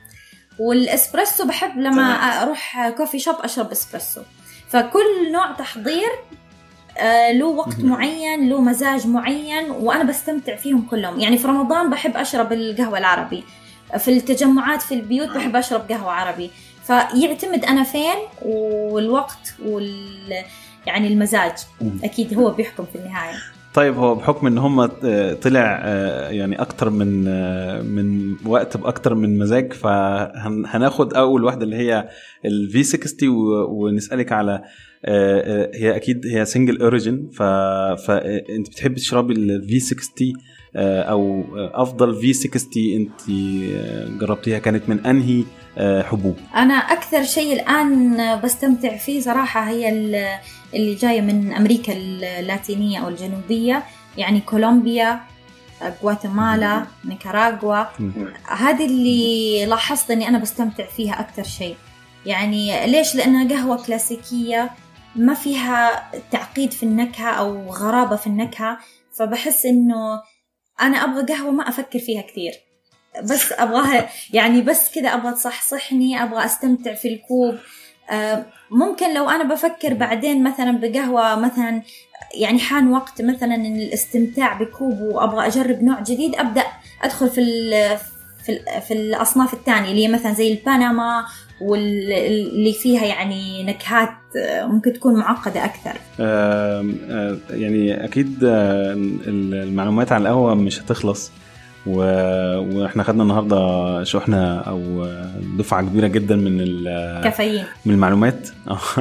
والإسبرسو بحب لما أروح كوفي شوب أشرب إسبرسو. فكل نوع تحضير آه له وقت معين، له مزاج معين، وأنا بستمتع فيهم كلهم. يعني في رمضان بحب أشرب القهوة العربي، في التجمعات في البيوت بحب أشرب قهوة عربي. فيعتمد أنا فين والوقت وال يعني المزاج أكيد هو بيحكم في النهاية. طيب هو بحكم ان هم طلع يعني اكتر من من وقت باكتر من مزاج، فهناخد اول واحده اللي هي الفي ستين ونسالك على هي اكيد هي سنجل اوريجين، فانت بتحبي تشربي الفي ستين او افضل في ستين انت جربتيها كانت من انهي حبوب؟ انا اكثر شيء الان بستمتع فيه صراحه هي اللي جايه من امريكا اللاتينيه او الجنوبيه، يعني كولومبيا، غواتيمالا، نيكاراغوا. هذه اللي لاحظت اني انا بستمتع فيها اكثر شيء. يعني ليش؟ لانها قهوه كلاسيكيه ما فيها تعقيد في النكهه او غرابه في النكهه، فبحس انه انا ابغى قهوه ما افكر فيها كثير، بس ابغاها يعني بس كذا ابغى تصحصحني، ابغى استمتع في الكوب. ممكن لو انا بفكر بعدين مثلا بقهوه مثلا يعني حان وقت مثلا الاستمتاع بكوب وابغى اجرب نوع جديد، ابدا ادخل في في في الاصناف الثانيه اللي مثلا زي الباناما واللي فيها يعني نكهات ممكن تكون معقدة أكثر. يعني أكيد المعلومات عن القهوة مش هتخلص، وإحنا خدنا النهاردة شحنة أو دفعة كبيرة جدا من كافيين من المعلومات.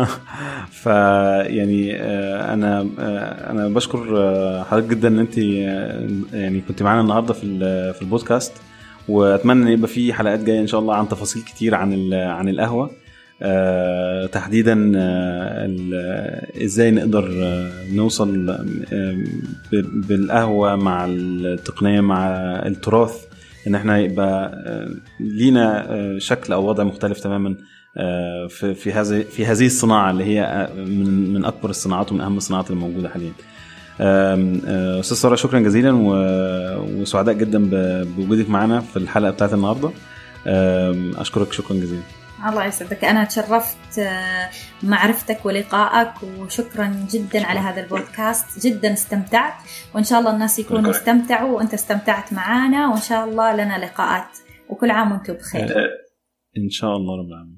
فيعني أنا أنا بشكر حضرتك جدا إن أنت يعني كنت معنا النهاردة في في البودكاست، واتمنى ان يبقى في حلقات جايه ان شاء الله عن تفاصيل كتير عن عن القهوه، أه تحديدا أه ازاي نقدر نوصل أه بالقهوه مع التقنيه مع التراث، ان احنا يبقى أه لينا أه شكل او وضع مختلف تماما أه في في هذه في هذه الصناعه اللي هي من من اكبر الصناعات ومن اهم الصناعات الموجوده حاليا. أستاذ سارة شكرا جزيلا وسعداء جدا بوجودك معنا في الحلقة بتاعت النهاردة، أشكرك شكرا جزيلا. الله يسعدك، أنا تشرفت معرفتك ولقائك، وشكرا جدا على هذا البودكاست، جدا استمتعت، وإن شاء الله الناس يكونوا استمتعوا وأنت استمتعت معانا، وإن شاء الله لنا لقاءات، وكل عام وأنتم بخير. إن شاء الله رب العالمين.